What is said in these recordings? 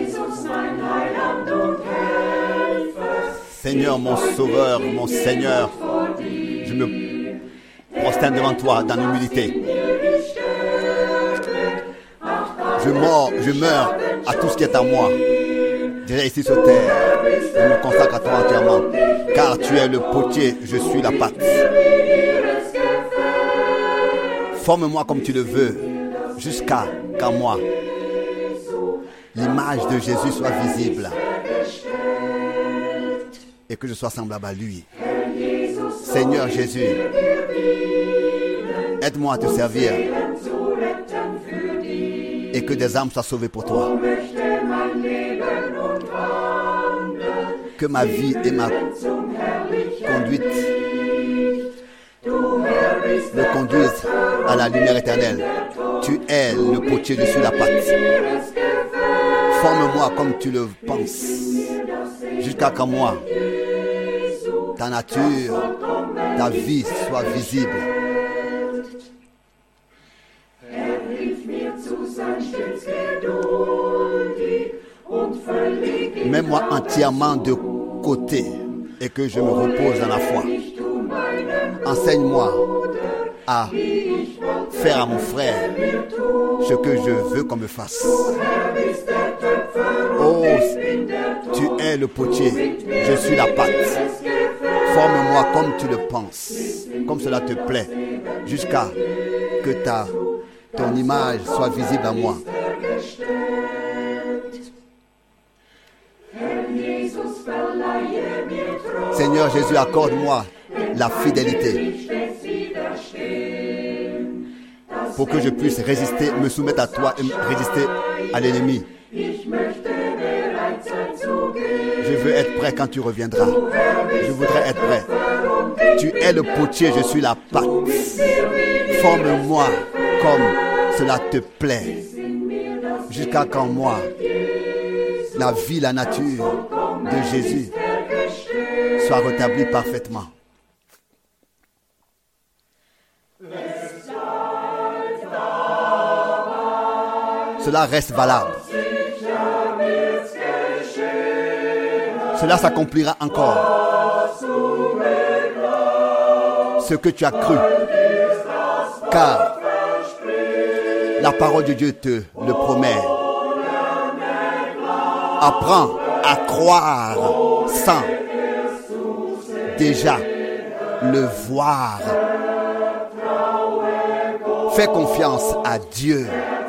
Seigneur, mon Sauveur, mon Seigneur, je me prosterne devant toi dans l'humilité. Je meurs à tout ce qui est à moi. Déjà ici sur terre, je me consacre à toi entièrement, car tu es le potier, je suis la pâte. Forme-moi comme tu le veux, jusqu'à qu'en moi, l'image de Jésus soit visible et que je sois semblable à lui. Seigneur Jésus, aide-moi à te servir et que des âmes soient sauvées pour toi. Que ma vie et ma conduite me conduisent à la lumière éternelle. Tu es le potier, je suis la pâte. Forme-moi comme tu le penses, jusqu'à qu'en moi, ta nature, ta vie soit visible. Mets-moi entièrement de côté et que je me repose dans la foi. Enseigne-moi à faire à mon frère ce que je veux qu'on me fasse. Oh, tu es le potier, je suis la pâte. Forme-moi comme tu le penses, comme cela te plaît, jusqu'à que ton image soit visible à moi. Seigneur Jésus, accorde-moi la fidélité pour que je puisse résister, me soumettre à toi et résister à l'ennemi. Je veux être prêt quand tu reviendras. Je voudrais être prêt. Tu es le potier, je suis la pâte. Forme-moi comme cela te plaît, jusqu'à qu'en moi, la vie, la nature de Jésus soit rétablie parfaitement. Cela reste valable. Cela s'accomplira encore. Ce que tu as cru. Car la parole de Dieu te le promet. Apprends à croire sans déjà le voir. Fais confiance à Dieu.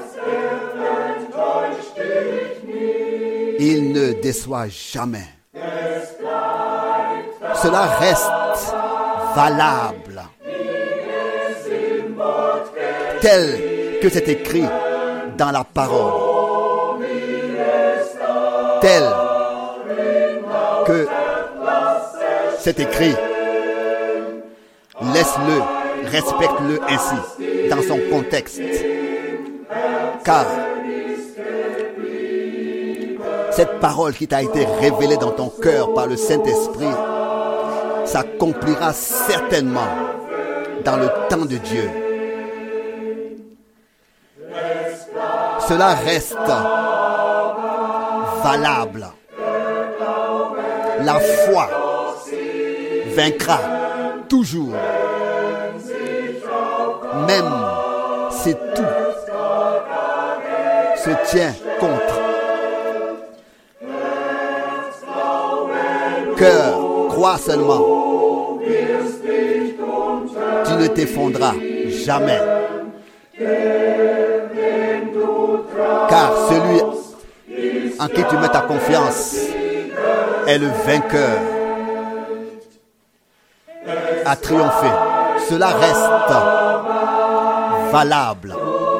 Il ne déçoit jamais. Cela reste valable. Tel que c'est écrit dans la parole. Tel que c'est écrit. Laisse-le, respecte-le ainsi, dans son contexte. Car cette parole qui t'a été révélée dans ton cœur par le Saint-Esprit s'accomplira certainement dans le temps de Dieu. Cela reste valable. La foi vaincra toujours, même si tout se tient contre. Cœur, crois seulement. Tu ne t'effondras jamais. Car celui en qui tu mets ta confiance est le vainqueur. A triomphé. Cela reste valable.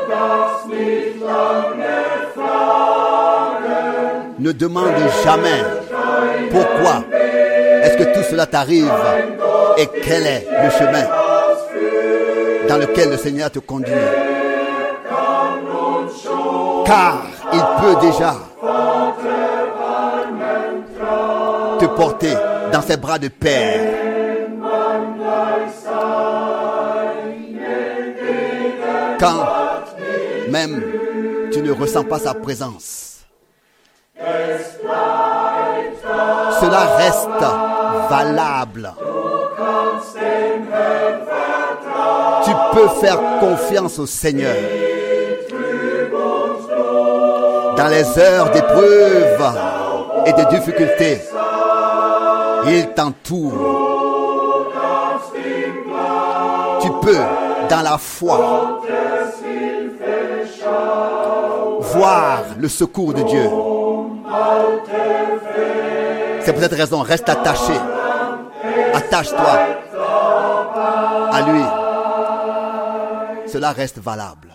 Ne demande jamais pourquoi est-ce que tout cela t'arrive et quel est le chemin dans lequel le Seigneur te conduit. Car il peut déjà te porter dans ses bras de Père. Quand même tu ne ressens pas sa présence, Cela reste valable. Tu peux faire confiance au Seigneur. Dans les heures d'épreuve et de difficultés, il t'entoure. Tu peux, dans la foi, voir le secours de Dieu. C'est pour cette raison, reste attaché. Attache-toi à lui. Cela reste valable.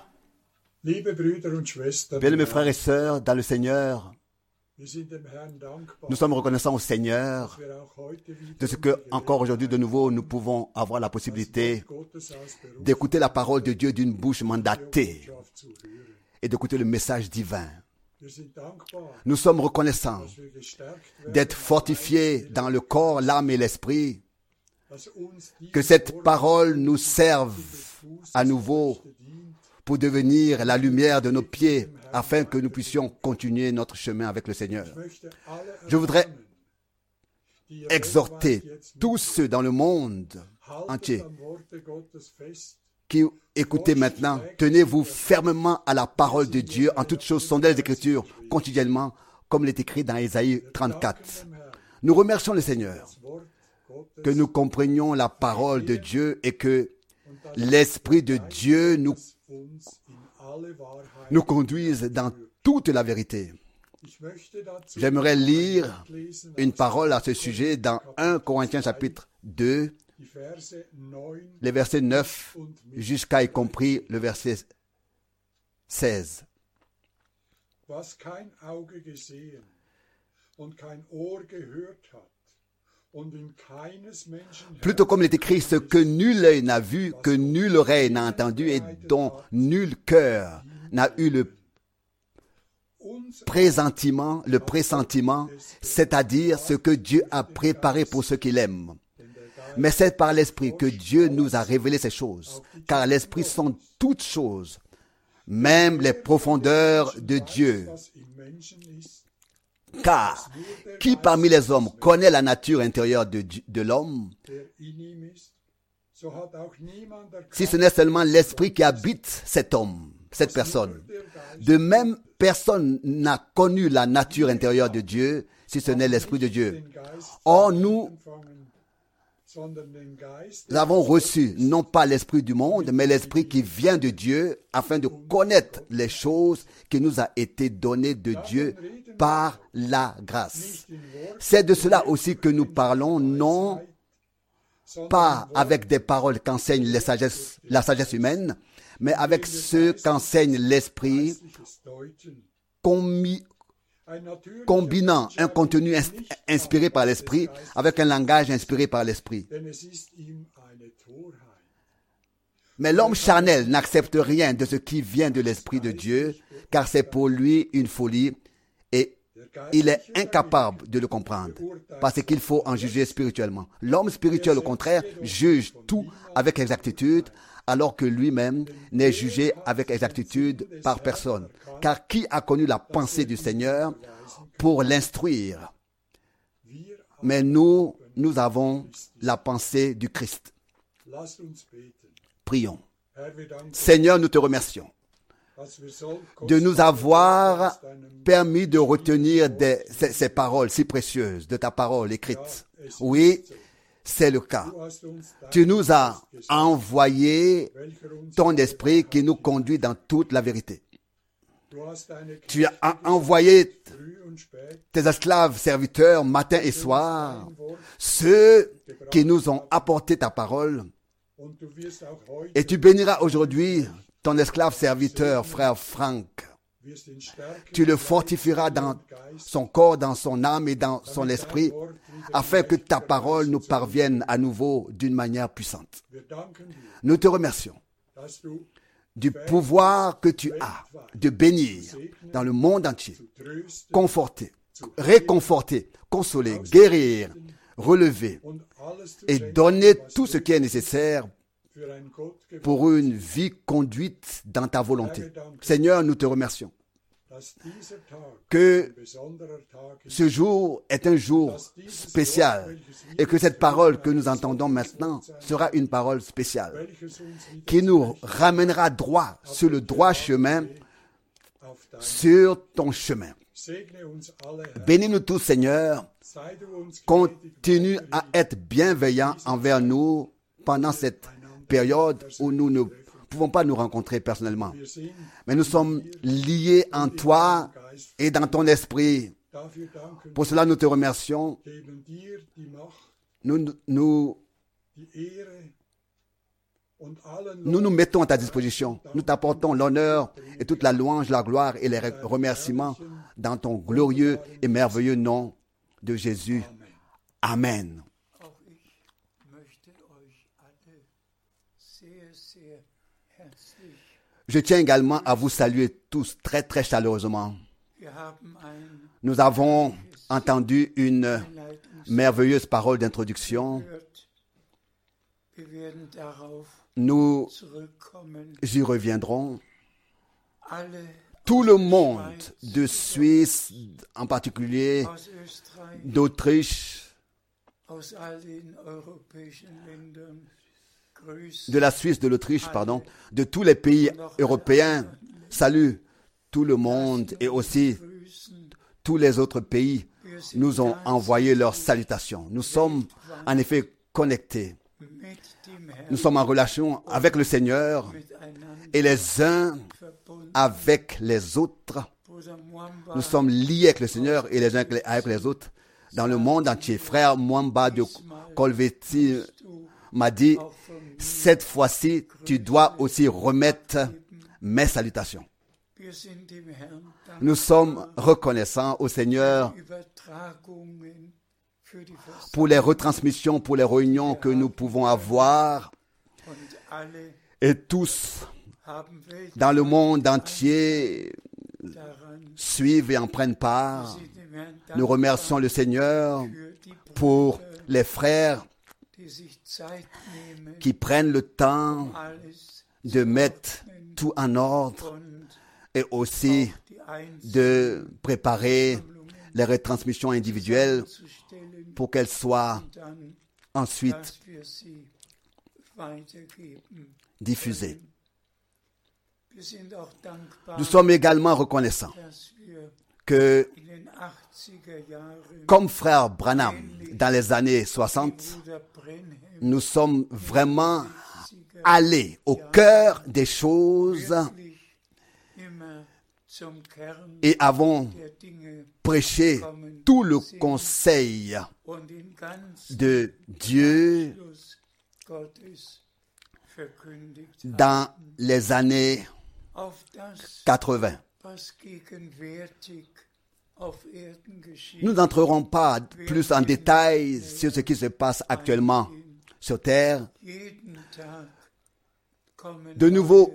Bien, mes frères et sœurs, dans le Seigneur, nous sommes reconnaissants au Seigneur de ce que, encore aujourd'hui de nouveau, nous pouvons avoir la possibilité d'écouter la parole de Dieu d'une bouche mandatée et d'écouter le message divin. Nous sommes reconnaissants d'être fortifiés dans le corps, l'âme et l'esprit, que cette parole nous serve à nouveau pour devenir la lumière de nos pieds, afin que nous puissions continuer notre chemin avec le Seigneur. Je voudrais exhorter tous ceux dans le monde entier qui écoutez maintenant, tenez-vous fermement à la parole de Dieu, en toutes choses, sondez les Écritures quotidiennement, comme il est écrit dans Ésaïe 34. Nous remercions le Seigneur que nous comprenions la parole de Dieu et que l'Esprit de Dieu nous conduise dans toute la vérité. J'aimerais lire une parole à ce sujet dans 1 Corinthiens chapitre 2, les versets 9 jusqu'à y compris le verset 16. Plutôt comme il est écrit, ce que nul œil n'a vu, que nulle oreille n'a entendu et dont nul cœur n'a eu le pressentiment, c'est-à-dire ce que Dieu a préparé pour ceux qui l'aiment. Mais c'est par l'Esprit que Dieu nous a révélé ces choses, car l'Esprit sonde toutes choses, même les profondeurs de Dieu. Car qui parmi les hommes connaît la nature intérieure de l'homme, si ce n'est seulement l'Esprit qui habite cet homme, cette personne? De même, personne n'a connu la nature intérieure de Dieu, si ce n'est l'Esprit de Dieu. Or, nous avons reçu non pas l'Esprit du monde, mais l'Esprit qui vient de Dieu, afin de connaître les choses qui nous a été données de Dieu par la grâce. C'est de cela aussi que nous parlons, non pas avec des paroles qu'enseigne la sagesse humaine, mais avec ce qu'enseigne l'Esprit, combinant un contenu inspiré par l'Esprit avec un langage inspiré par l'Esprit. Mais l'homme charnel n'accepte rien de ce qui vient de l'Esprit de Dieu, car c'est pour lui une folie et il est incapable de le comprendre, parce qu'il faut en juger spirituellement. L'homme spirituel, au contraire, juge tout avec exactitude, alors que lui-même n'est jugé avec exactitude par personne. Car qui a connu la pensée du Seigneur pour l'instruire? Mais nous avons la pensée du Christ. Prions. Seigneur, nous te remercions de nous avoir permis de retenir ces paroles si précieuses de ta parole écrite. Oui, c'est le cas. Tu nous as envoyé ton esprit qui nous conduit dans toute la vérité. Tu as envoyé tes esclaves serviteurs matin et soir, ceux qui nous ont apporté ta parole. Et tu béniras aujourd'hui ton esclave serviteur, frère Franck. Tu le fortifieras dans son corps, dans son âme et dans son esprit, afin que ta parole nous parvienne à nouveau d'une manière puissante. Nous te remercions du pouvoir que tu as de bénir dans le monde entier, conforter, réconforter, consoler, guérir, relever et donner tout ce qui est nécessaire pour une vie conduite dans ta volonté. Seigneur, nous te remercions que ce jour est un jour spécial et que cette parole que nous entendons maintenant sera une parole spéciale qui nous ramènera droit sur le droit chemin, sur ton chemin. Bénis-nous tous, Seigneur. Continue à être bienveillant envers nous pendant cette période où nous ne pouvons pas nous rencontrer personnellement. Mais nous sommes liés en toi et dans ton esprit. Pour cela, nous te remercions. Nous nous mettons à ta disposition. Nous t'apportons l'honneur et toute la louange, la gloire et les remerciements dans ton glorieux et merveilleux nom de Jésus. Amen. Je tiens également à vous saluer tous très très chaleureusement. Nous avons entendu une merveilleuse parole d'introduction. Nous y reviendrons. Tout le monde de Suisse, en particulier d'Autriche, de la Suisse, de l'Autriche, pardon, de tous les pays européens, salue tout le monde et aussi tous les autres pays nous ont envoyé leurs salutations. Nous sommes en effet connectés. Nous sommes en relation avec le Seigneur et les uns avec les autres. Nous sommes liés avec le Seigneur et les uns avec les autres dans le monde entier. Frère Mwamba de Kolveti m'a dit, cette fois-ci, tu dois aussi remettre mes salutations. Nous sommes reconnaissants au Seigneur pour les retransmissions, pour les réunions que nous pouvons avoir. Et tous, dans le monde entier, suivent et en prennent part. Nous remercions le Seigneur pour les frères qui prennent le temps de mettre tout en ordre et aussi de préparer les retransmissions individuelles pour qu'elles soient ensuite diffusées. Nous sommes également reconnaissants que, comme frère Branham dans les années 60, nous sommes vraiment allés au cœur des choses et avons prêché tout le conseil de Dieu dans les années 80. Nous n'entrerons pas plus en détail sur ce qui se passe actuellement sur Terre. De nouveaux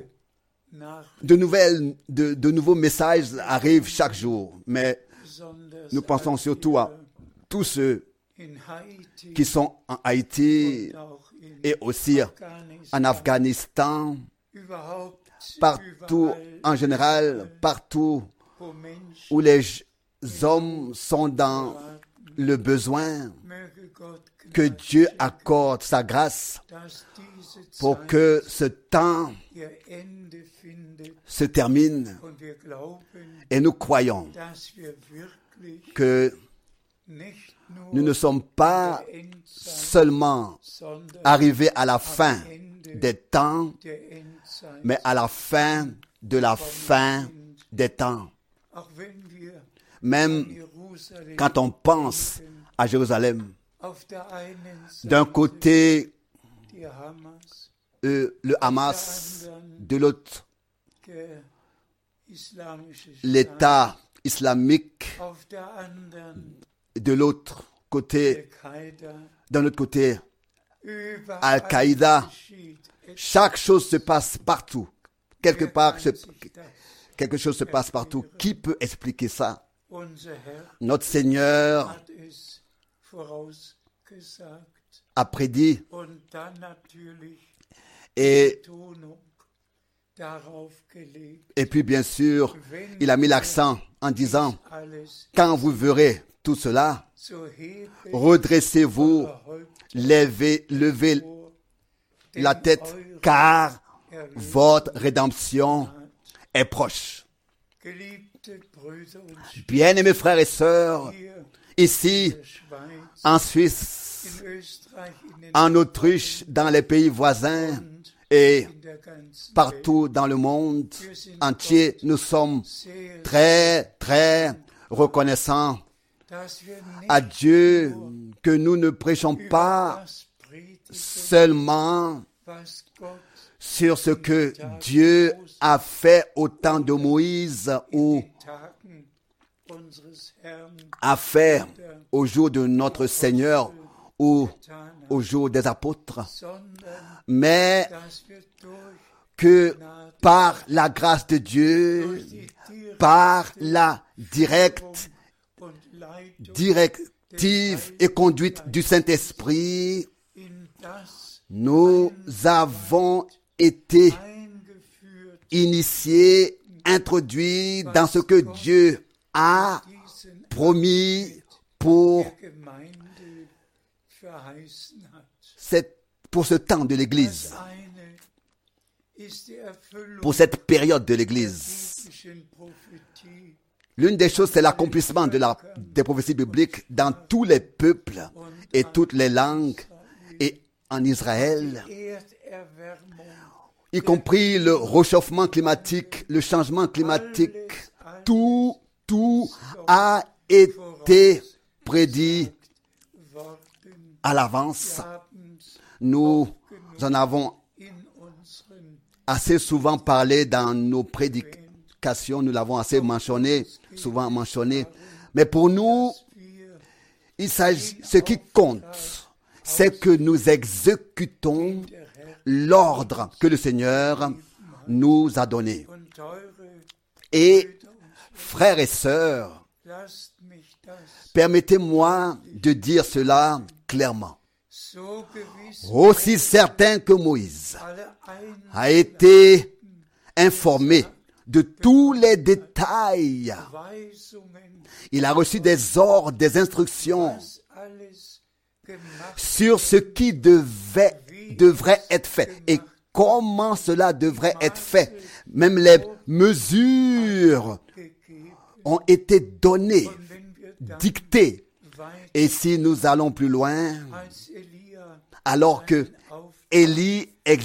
messages arrivent chaque jour, mais nous pensons surtout à tous ceux qui sont en Haïti et aussi en Afghanistan, partout en général, partout où les hommes sont dans le besoin, que Dieu accorde sa grâce pour que ce temps se termine. Et nous croyons que nous ne sommes pas seulement arrivés à la fin des temps, mais à la fin de la fin des temps. Même quand on pense à Jérusalem, d'un côté le Hamas, de l'autre l'État islamique, de l'autre côté, d'un autre côté Al-Qaïda. Chaque chose se passe partout. Quelque part, quelque chose se passe partout. Qui peut expliquer ça? Notre Seigneur a prédit et Et puis bien sûr, il a mis l'accent en disant, quand vous verrez tout cela, redressez-vous, levez la tête, car votre rédemption est proche. Bien-aimés frères et sœurs, ici, en Suisse, en Autriche, dans les pays voisins et partout dans le monde entier, nous sommes très, très reconnaissants à Dieu que nous ne prêchons pas seulement sur ce que Dieu a fait au temps de Moïse ou a fait au jour de notre Seigneur ou au jour des apôtres, mais que par la grâce de Dieu, par la directive et conduite du Saint-Esprit, nous avons été initiés, introduits dans ce que Dieu a promis pour ce temps de l'Église, pour cette période de l'Église. L'une des choses, c'est l'accomplissement des prophéties bibliques dans tous les peuples et toutes les langues et en Israël, y compris le réchauffement climatique, le changement climatique. Tout a été prédit à l'avance. Nous en avons assez souvent parlé dans nos prédications, nous l'avons assez souvent mentionné. Mais pour nous, ce qui compte, c'est que nous exécutons l'ordre que le Seigneur nous a donné. Et, frères et sœurs, permettez-moi de dire cela clairement. Aussi certain que Moïse a été informé de tous les détails, il a reçu des ordres, des instructions sur ce qui devrait être fait et comment cela devrait être fait. Même les mesures ont été données, dictées. Et si nous allons plus loin, alors que Élie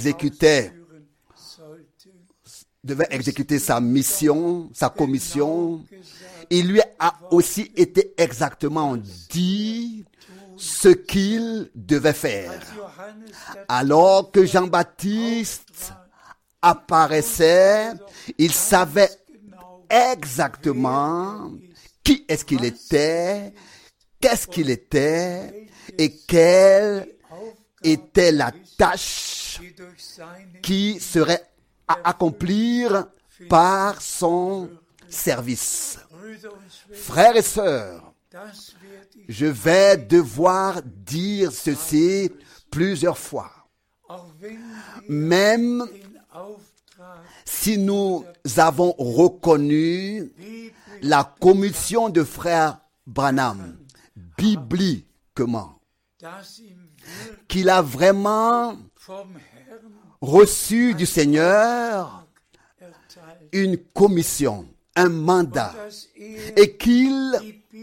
devait exécuter sa mission, sa commission, il lui a aussi été exactement dit ce qu'il devait faire. Alors que Jean-Baptiste apparaissait, il savait exactement qui est-ce qu'il était, qu'est-ce qu'il était et quelle était la tâche qui serait à accomplir par son service. Frères et sœurs, je vais devoir dire ceci plusieurs fois. Même si nous avons reconnu la commission de frère Branham bibliquement, qu'il a vraiment reçu du Seigneur une commission, un mandat, et qu'il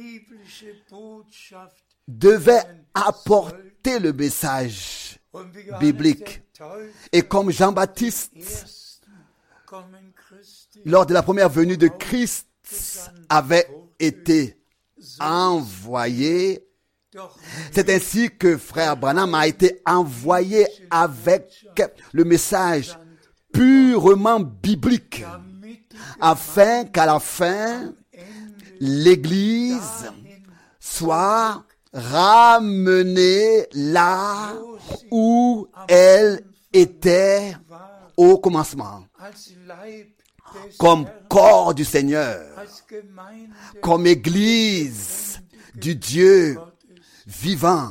devait apporter le message biblique. Et comme Jean-Baptiste, lors de la première venue de Christ, avait été envoyé, c'est ainsi que frère Branham a été envoyé avec le message purement biblique, afin qu'à la fin, l'Église soit ramenée là où elle était au commencement, comme corps du Seigneur, comme Église du Dieu vivant.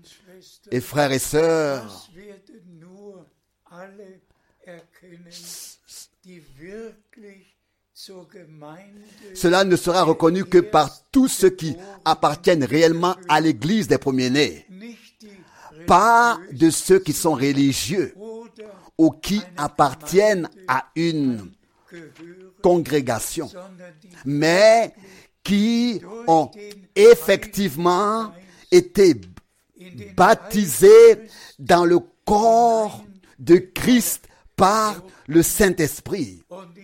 Et frères et sœurs, Cela ne sera reconnu que par tous ceux qui appartiennent réellement à l'Église des premiers-nés, pas de ceux qui sont religieux ou qui appartiennent à une congrégation, mais qui ont effectivement été baptisés dans le corps de Christ par le Saint-Esprit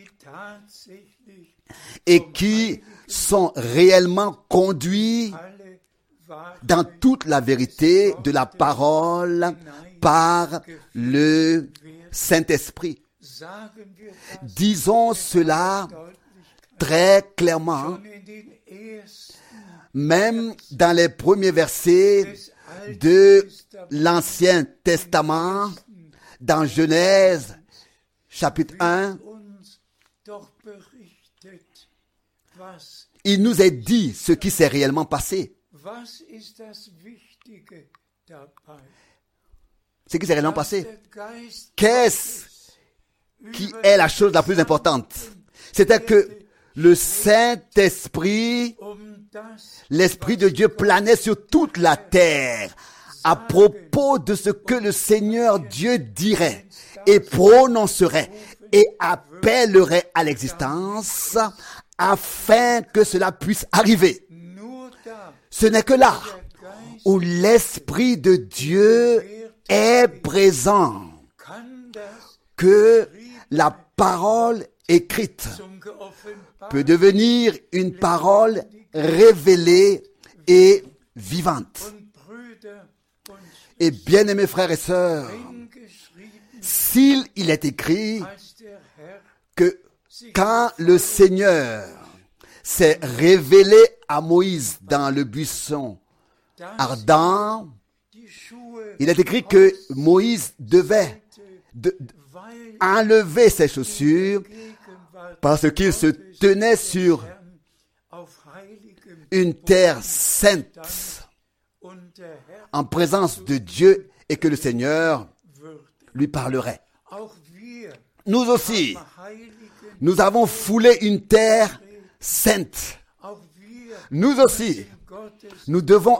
et qui sont réellement conduits dans toute la vérité de la parole par le Saint-Esprit. Disons cela très clairement, même dans les premiers versets de l'Ancien Testament, dans Genèse, chapitre 1, il nous est dit ce qui s'est réellement passé. Ce qui s'est réellement passé. Qu'est-ce qui est la chose la plus importante? C'était que le Saint-Esprit, l'Esprit de Dieu planait sur toute la terre à propos de ce que le Seigneur Dieu dirait et prononcerait et appellerait à l'existence afin que cela puisse arriver. Ce n'est que là où l'Esprit de Dieu est présent que la parole écrite peut devenir une parole révélée et vivante. Et bien-aimés frères et sœurs, s'il est écrit que quand le Seigneur s'est révélé à Moïse dans le buisson ardent, il est écrit que Moïse devait enlever ses chaussures parce qu'il se tenait sur une terre sainte en présence de Dieu et que le Seigneur lui parlerait. Nous aussi, nous avons foulé une terre sainte. Nous aussi, nous devons,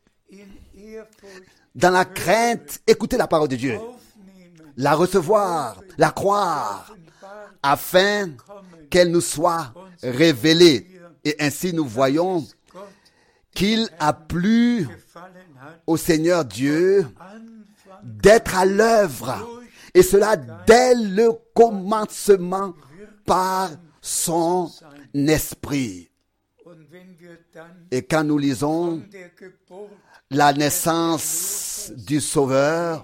dans la crainte, écouter la parole de Dieu, la recevoir, la croire, afin qu'elle nous soit révélée. Et ainsi nous voyons qu'il a plu au Seigneur Dieu d'être à l'œuvre, et cela dès le commencement par son esprit. Et quand nous lisons la naissance du Sauveur,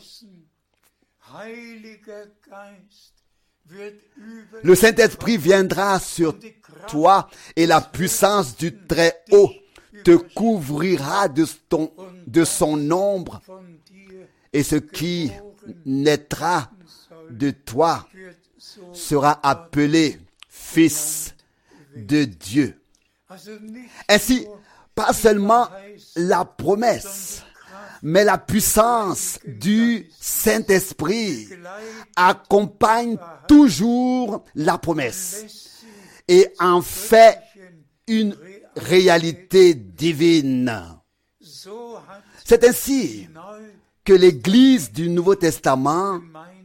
le Saint-Esprit viendra sur toi et la puissance du Très-Haut te couvrira de son ombre, et ce qui naîtra de toi sera appelé Fils de Dieu. Ainsi, pas seulement la promesse, mais la puissance du Saint-Esprit accompagne toujours la promesse et en fait une réalité divine. C'est ainsi que l'Église du Nouveau Testament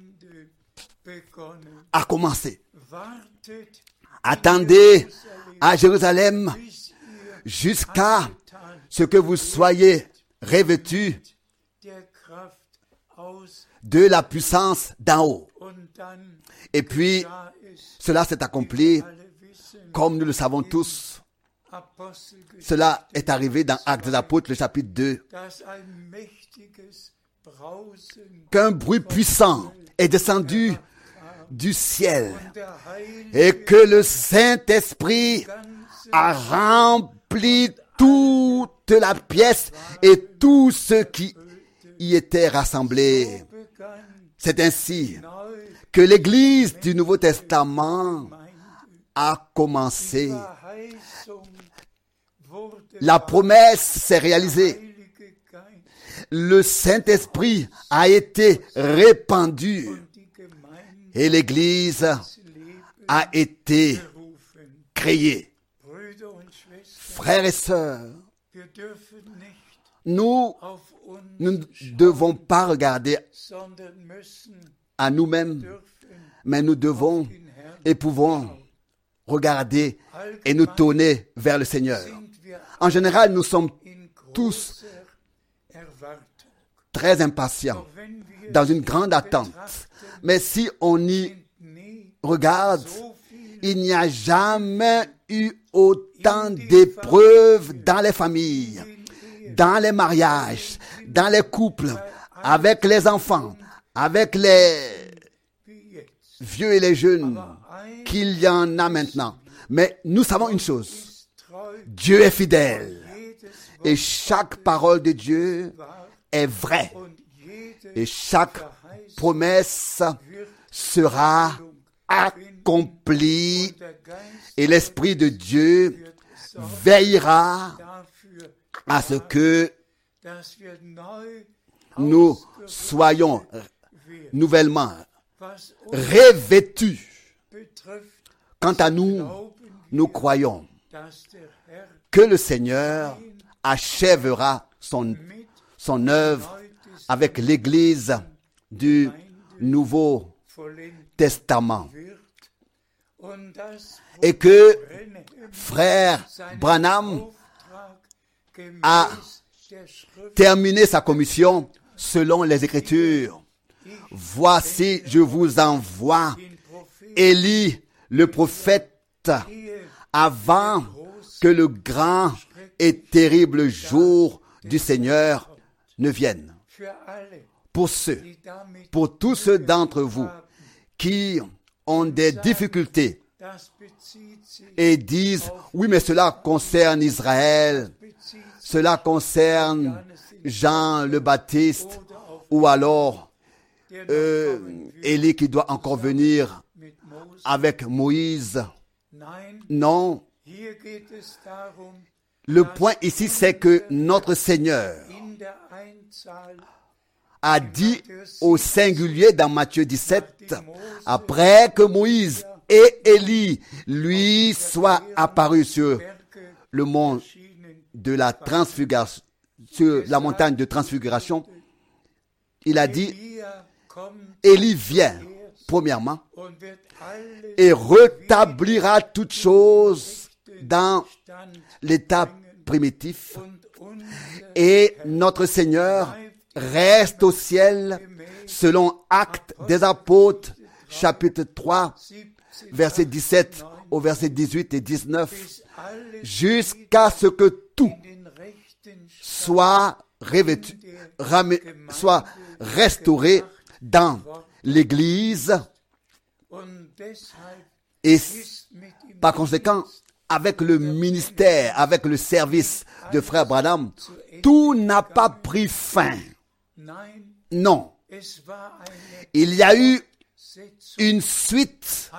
a commencé. Attendez à Jérusalem jusqu'à ce que vous soyez revêtus de la puissance d'en haut. Et puis, cela s'est accompli, comme nous le savons tous. Cela est arrivé dans Actes des Apôtres, le chapitre 2. Qu'un bruit puissant est descendu du ciel et que le Saint-Esprit a rempli toute la pièce et tous ceux qui y étaient rassemblés. C'est ainsi que l'Église du Nouveau Testament a commencé. La promesse s'est réalisée. Le Saint-Esprit a été répandu et l'Église a été créé. Frères et sœurs, nous ne devons pas regarder à nous-mêmes, mais nous devons et pouvons regarder et nous tourner vers le Seigneur. En général, nous sommes tous très impatients, dans une grande attente. Mais si on y regarde, il n'y a jamais eu autant d'épreuves dans les familles, dans les mariages, dans les couples, avec les enfants, avec les vieux et les jeunes, qu'il y en a maintenant. Mais nous savons une chose, Dieu est fidèle et chaque parole de Dieu est vraie et chaque promesse sera accomplie et l'Esprit de Dieu veillera à ce que nous soyons nouvellement revêtus. Quant à nous, nous croyons que le Seigneur achèvera son œuvre avec l'Église du Nouveau Testament. Et que frère Branham a terminé sa commission selon les Écritures. Voici, je vous envoie Élie, le prophète, avant que le grand et terrible jour du Seigneur ne vienne. Pour tous ceux d'entre vous qui ont des difficultés et disent, oui, mais cela concerne Israël, cela concerne Jean le Baptiste, ou alors Élie qui doit encore venir avec Moïse. Non. Le point ici, c'est que notre Seigneur a dit au singulier dans Matthieu 17, après que Moïse et Élie lui soient apparus sur le mont de la transfiguration, sur la montagne de transfiguration, il a dit, Élie vient, premièrement, et rétablira toutes choses dans l'état primitif. Et notre Seigneur reste au ciel, selon Actes des Apôtres, chapitre 3, verset 17 au verset 18 et 19, jusqu'à ce que tout soit revêtu, soit restauré dans l'Église. Et par conséquent, avec le ministère, avec le service de frère Branham, tout n'a pas pris fin. Non. Il y a eu une suite,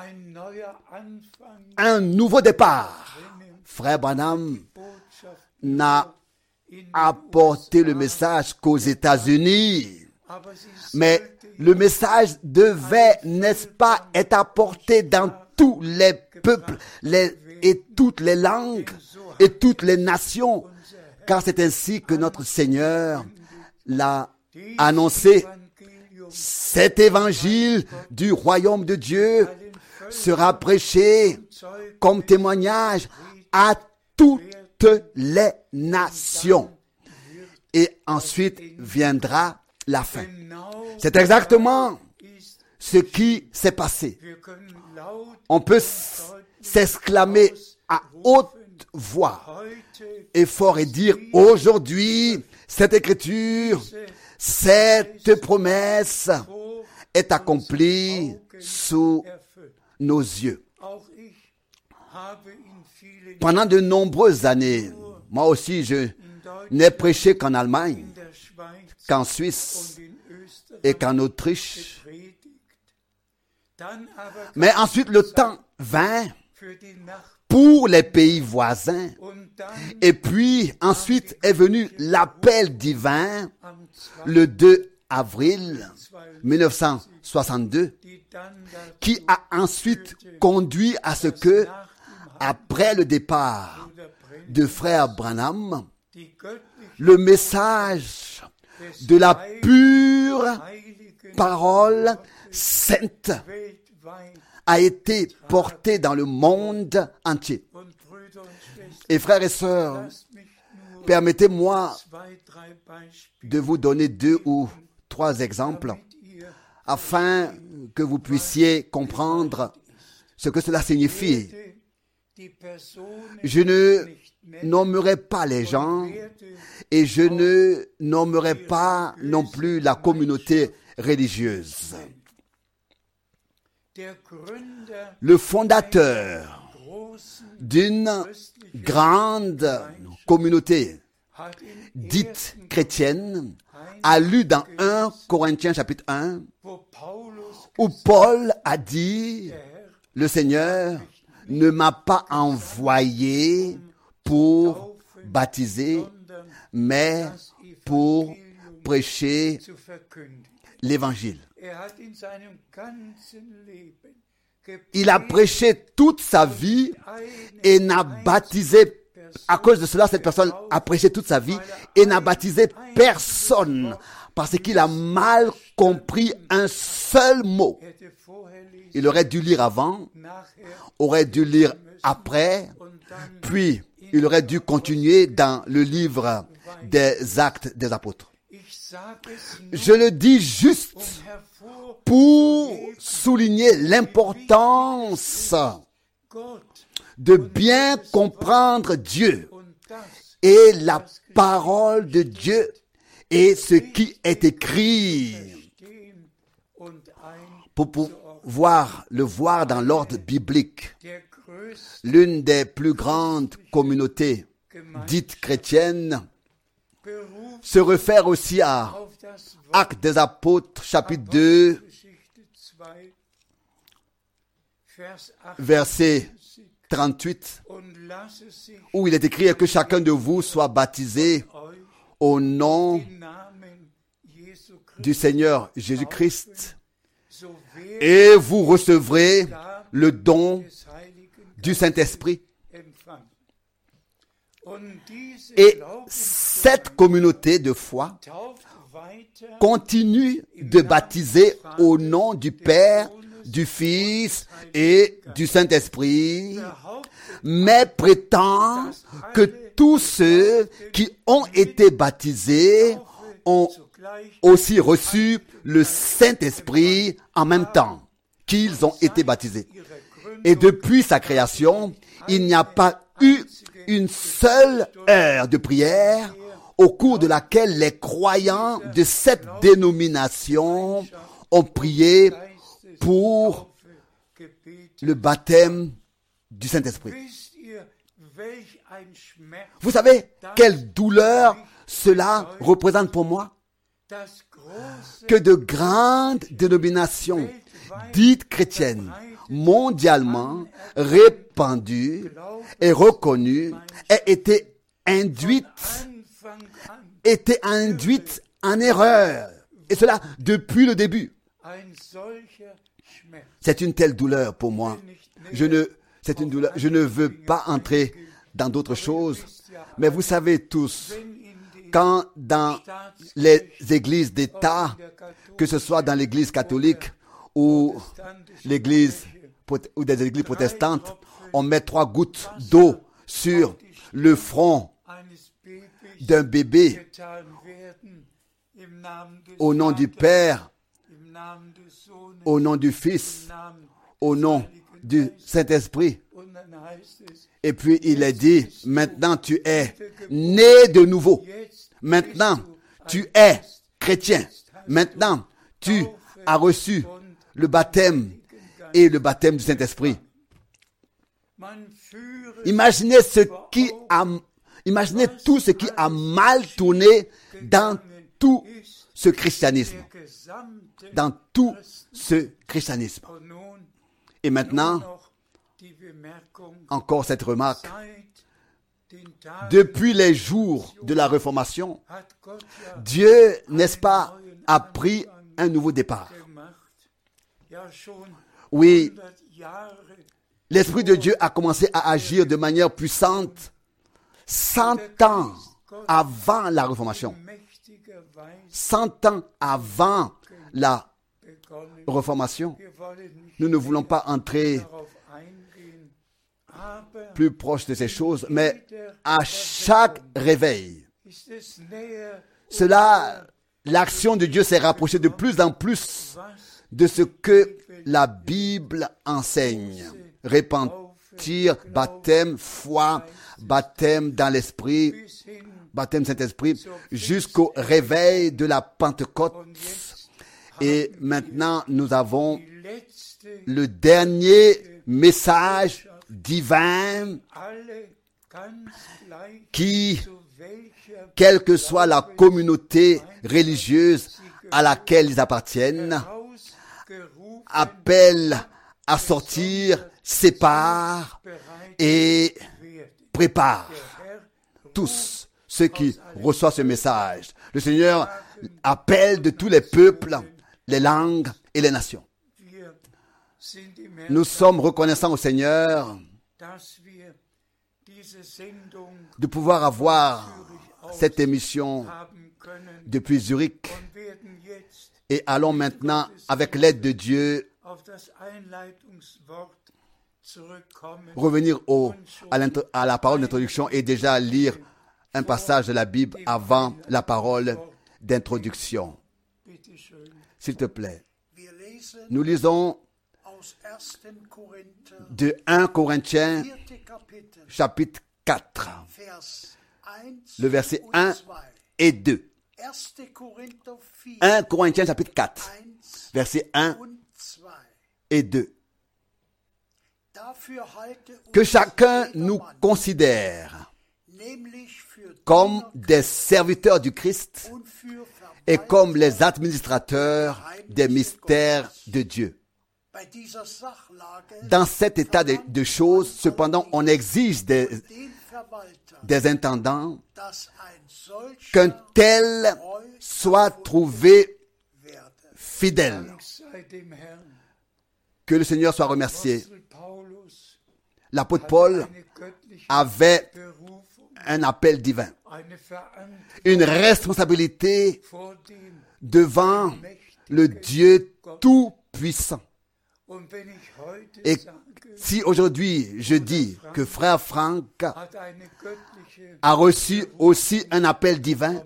un nouveau départ. Frère Branham n'a apporté le message qu'aux États-Unis, mais le message devait, n'est-ce pas, être apporté dans tous les peuples et toutes les langues et toutes les nations, car c'est ainsi que notre Seigneur l'a annoncé. Cet évangile du royaume de Dieu sera prêché comme témoignage à toutes les nations. Et ensuite viendra la fin. C'est exactement ce qui s'est passé. On peut s'exclamer à haute voix et fort et dire, aujourd'hui, cette écriture, cette promesse est accomplie sous nos yeux. Pendant de nombreuses années, moi aussi, je n'ai prêché qu'en Allemagne, qu'en Suisse et qu'en Autriche. Mais ensuite, le temps vint pour les pays voisins. Et puis, ensuite est venu l'appel divin le 2 avril 1962, qui a ensuite conduit à ce que, après le départ de frère Branham, le message de la pure parole sainte a été porté dans le monde entier. Et frères et sœurs, permettez-moi de vous donner 2 ou 3 exemples afin que vous puissiez comprendre ce que cela signifie. Je ne nommerai pas les gens et je ne nommerai pas non plus la communauté religieuse. Le fondateur d'une grande communauté dite chrétienne a lu dans 1 Corinthiens chapitre 1 où Paul a dit « Le Seigneur ne m'a pas envoyé pour baptiser, mais pour prêcher l'évangile. » Il a prêché toute sa vie et n'a baptisé, à cause de cela, cette personne a prêché toute sa vie et n'a baptisé personne parce qu'il a mal compris un seul mot. Il aurait dû lire avant, aurait dû lire après, puis il aurait dû continuer dans le livre des Actes des Apôtres. Je le dis juste pour souligner l'importance de bien comprendre Dieu et la parole de Dieu et ce qui est écrit pour pouvoir le voir dans l'ordre biblique. L'une des plus grandes communautés dites chrétiennes se réfère aussi à Actes des Apôtres, chapitre 2, verset 38, où il est écrit que chacun de vous soit baptisé au nom du Seigneur Jésus-Christ et vous recevrez le don du Saint-Esprit. Et cette communauté de foi continue de baptiser au nom du Père, du Fils et du Saint-Esprit, mais prétend que tous ceux qui ont été baptisés ont aussi reçu le Saint-Esprit en même temps qu'ils ont été baptisés. Et depuis sa création, il n'y a pas eu une seule heure de prière au cours de laquelle les croyants de cette dénomination ont prié pour le baptême du Saint-Esprit. Vous savez quelle douleur cela représente pour moi? Que de grandes dénominations dites chrétiennes, mondialement répandues et reconnues, aient été induites en erreur. Et cela depuis le début. C'est une telle douleur pour moi. Je ne veux pas entrer dans d'autres choses. Mais vous savez tous, quand dans les églises d'État, que ce soit dans l'église catholique ou des églises protestantes, on met 3 gouttes d'eau sur le front d'un bébé au nom du Père, au nom du Fils, au nom du Saint-Esprit. Et puis il est dit, maintenant tu es né de nouveau. Maintenant tu es chrétien. Maintenant tu as reçu le baptême et le baptême du Saint-Esprit. Imaginez tout ce qui a mal tourné dans tout ce christianisme. Dans tout ce christianisme. Et maintenant, encore cette remarque. Depuis les jours de la Réformation, Dieu, n'est-ce pas, a pris un nouveau départ. Oui, l'Esprit de Dieu a commencé à agir de manière puissante 100 ans avant la Réformation. 100 ans avant la Réformation. Nous ne voulons pas entrer plus proche de ces choses, mais à chaque réveil, l'action de Dieu s'est rapprochée de plus en plus de ce que la Bible enseigne. Repentir, baptême, foi, baptême dans l'Esprit, baptême Saint-Esprit, jusqu'au réveil de la Pentecôte. Et maintenant, nous avons le dernier message divin qui, quelle que soit la communauté religieuse à laquelle ils appartiennent, appelle à sortir, sépare et prépare tous ceux qui reçoivent ce message. Le Seigneur appelle de tous les peuples, les langues et les nations. Nous sommes reconnaissants au Seigneur de pouvoir avoir cette émission depuis Zurich et allons maintenant, avec l'aide de Dieu, revenir à la parole d'introduction et déjà lire un passage de la Bible avant la parole d'introduction. S'il te plaît, nous lisons de 1 Corinthiens chapitre 4, le verset 1 et 2. 1 Corinthiens chapitre 4, verset 1 et 2. Que chacun nous considère comme des serviteurs du Christ et comme les administrateurs des mystères de Dieu. Dans cet état de choses, cependant, on exige des intendants qu'un tel soit trouvé fidèle. Que le Seigneur soit remercié. L'apôtre Paul avait un appel divin, une responsabilité devant le Dieu tout-puissant. Et si aujourd'hui je dis que frère Franck a reçu aussi un appel divin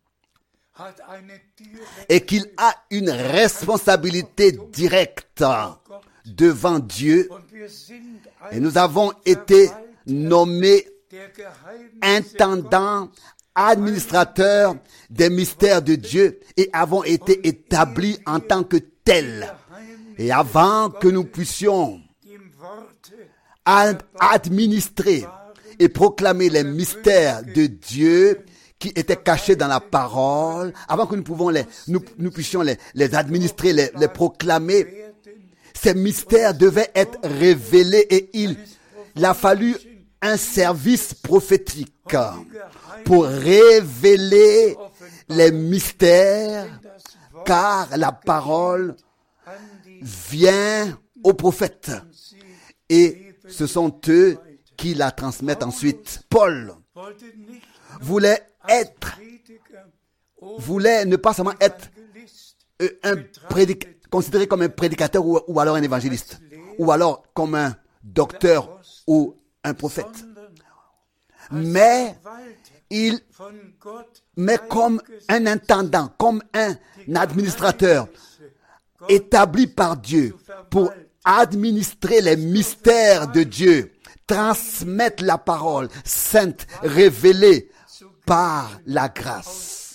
et qu'il a une responsabilité directe devant Dieu, et nous avons été nommés intendants, administrateurs des mystères de Dieu et avons été établis en tant que tels. Et avant que nous puissions administrer et proclamer les mystères de Dieu qui étaient cachés dans la parole, avant que nous puissions les administrer, les proclamer, ces mystères devaient être révélés et il a fallu un service prophétique pour révéler les mystères, car la parole vient aux prophètes et ce sont eux qui la transmettent ensuite. Paul voulait ne pas seulement être considéré comme un prédicateur ou alors un évangéliste, ou alors comme un docteur ou un prophète, mais comme un intendant, comme un administrateur établi par Dieu pour administrer les mystères de Dieu, transmettre la parole sainte révélée par la grâce.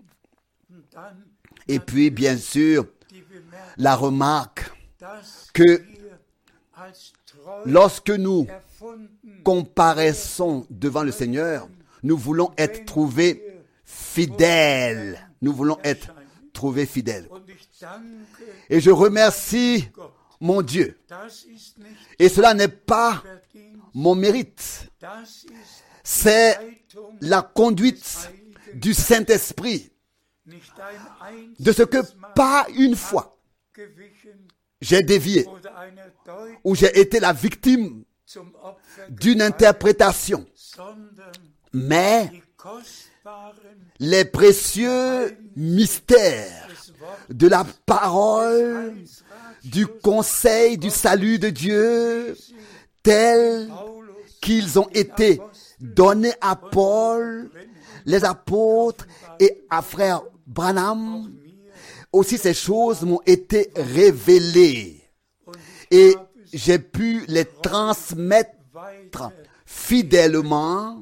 Et puis, bien sûr, la remarque que lorsque nous comparaissons devant le Seigneur, nous voulons être trouvés fidèles. Nous voulons être trouvés fidèles. Et je remercie mon Dieu. Et cela n'est pas mon mérite. C'est la conduite du Saint-Esprit de ce que pas une fois j'ai dévié ou j'ai été la victime d'une interprétation, mais les précieux mystères de la parole, du conseil du salut de Dieu, tels qu'ils ont été donnés à Paul, les apôtres et à frère Branham, aussi ces choses m'ont été révélées et j'ai pu les transmettre fidèlement.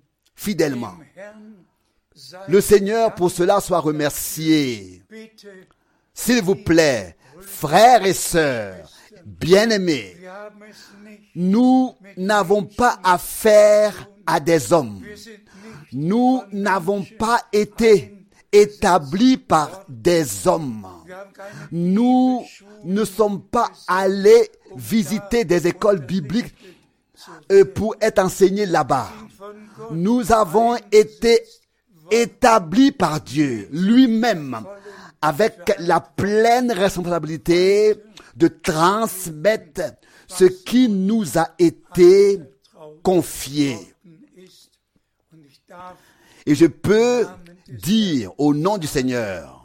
Le Seigneur pour cela soit remercié. S'il vous plaît, frères et sœurs, bien-aimés, nous n'avons pas affaire à des hommes. Nous n'avons pas été établis par des hommes. Nous ne sommes pas allés visiter des écoles bibliques pour être enseignés là-bas. Nous avons été établis par Dieu lui-même avec la pleine responsabilité de transmettre ce qui nous a été confié. Et je peux dire au nom du Seigneur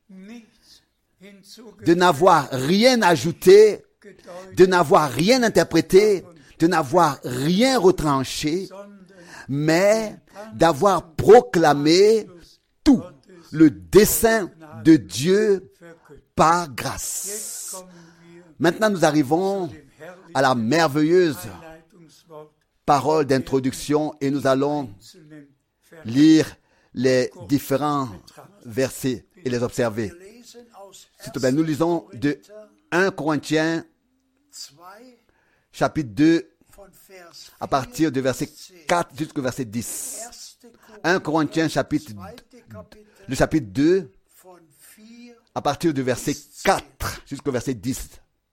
de n'avoir rien ajouté, de n'avoir rien interprété, de n'avoir rien retranché, mais d'avoir proclamé tout le dessein de Dieu par grâce. Maintenant, nous arrivons à la merveilleuse parole d'introduction et nous allons lire les différents versets et les observer. S'il te plaît, nous lisons de 1 Corinthiens chapitre 2 à partir du verset 4 jusqu'au verset 10. 1 Corinthiens le chapitre 2 à partir du verset 4 jusqu'au verset 10.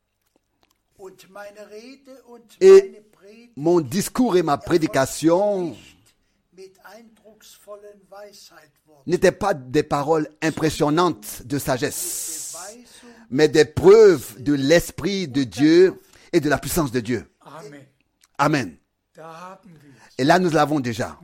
Et mon discours et ma prédication n'étaient pas des paroles impressionnantes de sagesse, mais des preuves de l'Esprit de Dieu et de la puissance de Dieu. Amen. Et là, nous l'avons déjà.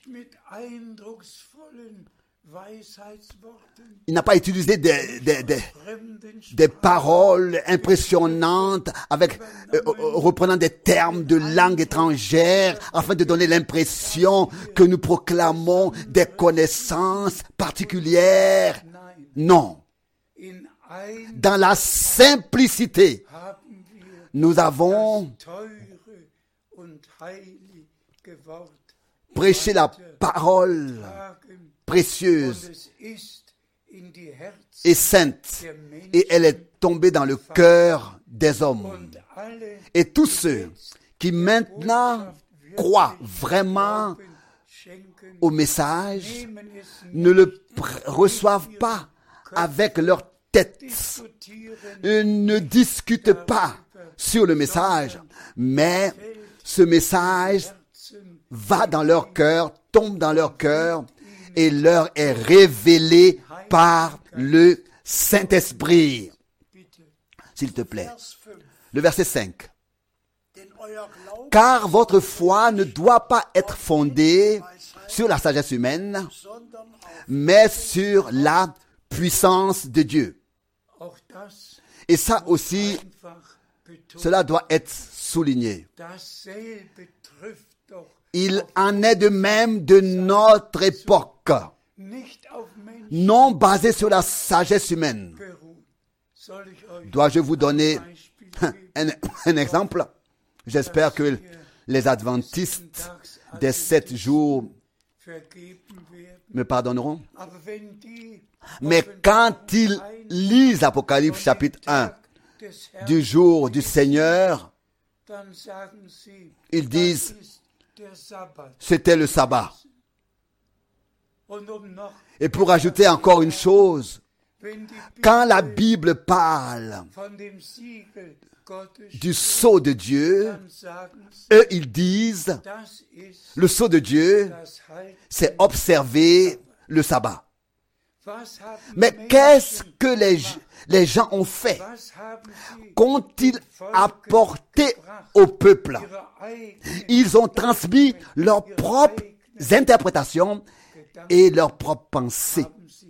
Il n'a pas utilisé des paroles impressionnantes reprenant des termes de langue étrangère afin de donner l'impression que nous proclamons des connaissances particulières. Non. Dans la simplicité, nous avons prêché la parole précieuse et sainte, et elle est tombée dans le cœur des hommes. Et tous ceux qui maintenant croient vraiment au message ne le reçoivent pas avec leur tête, ne discutent pas sur le message, mais ce message va dans leur cœur, tombe dans leur cœur et leur est révélé par le Saint-Esprit. S'il te plaît. Le verset 5. Car votre foi ne doit pas être fondée sur la sagesse humaine, mais sur la puissance de Dieu. Et ça aussi, cela doit être souligné. Il en est de même de notre époque, non basée sur la sagesse humaine. Dois-je vous donner un exemple? J'espère que les adventistes des 7 jours me pardonneront. Mais quand ils lisent Apocalypse chapitre 1 du jour du Seigneur, ils disent c'était le sabbat. Et pour ajouter encore une chose, quand la Bible parle du sceau de Dieu, eux ils disent le sceau de Dieu, c'est observer le sabbat. Mais qu'est-ce que les gens ont fait? Qu'ont-ils apporté au peuple? Ils ont transmis leurs propres interprétations et leurs propres pensées.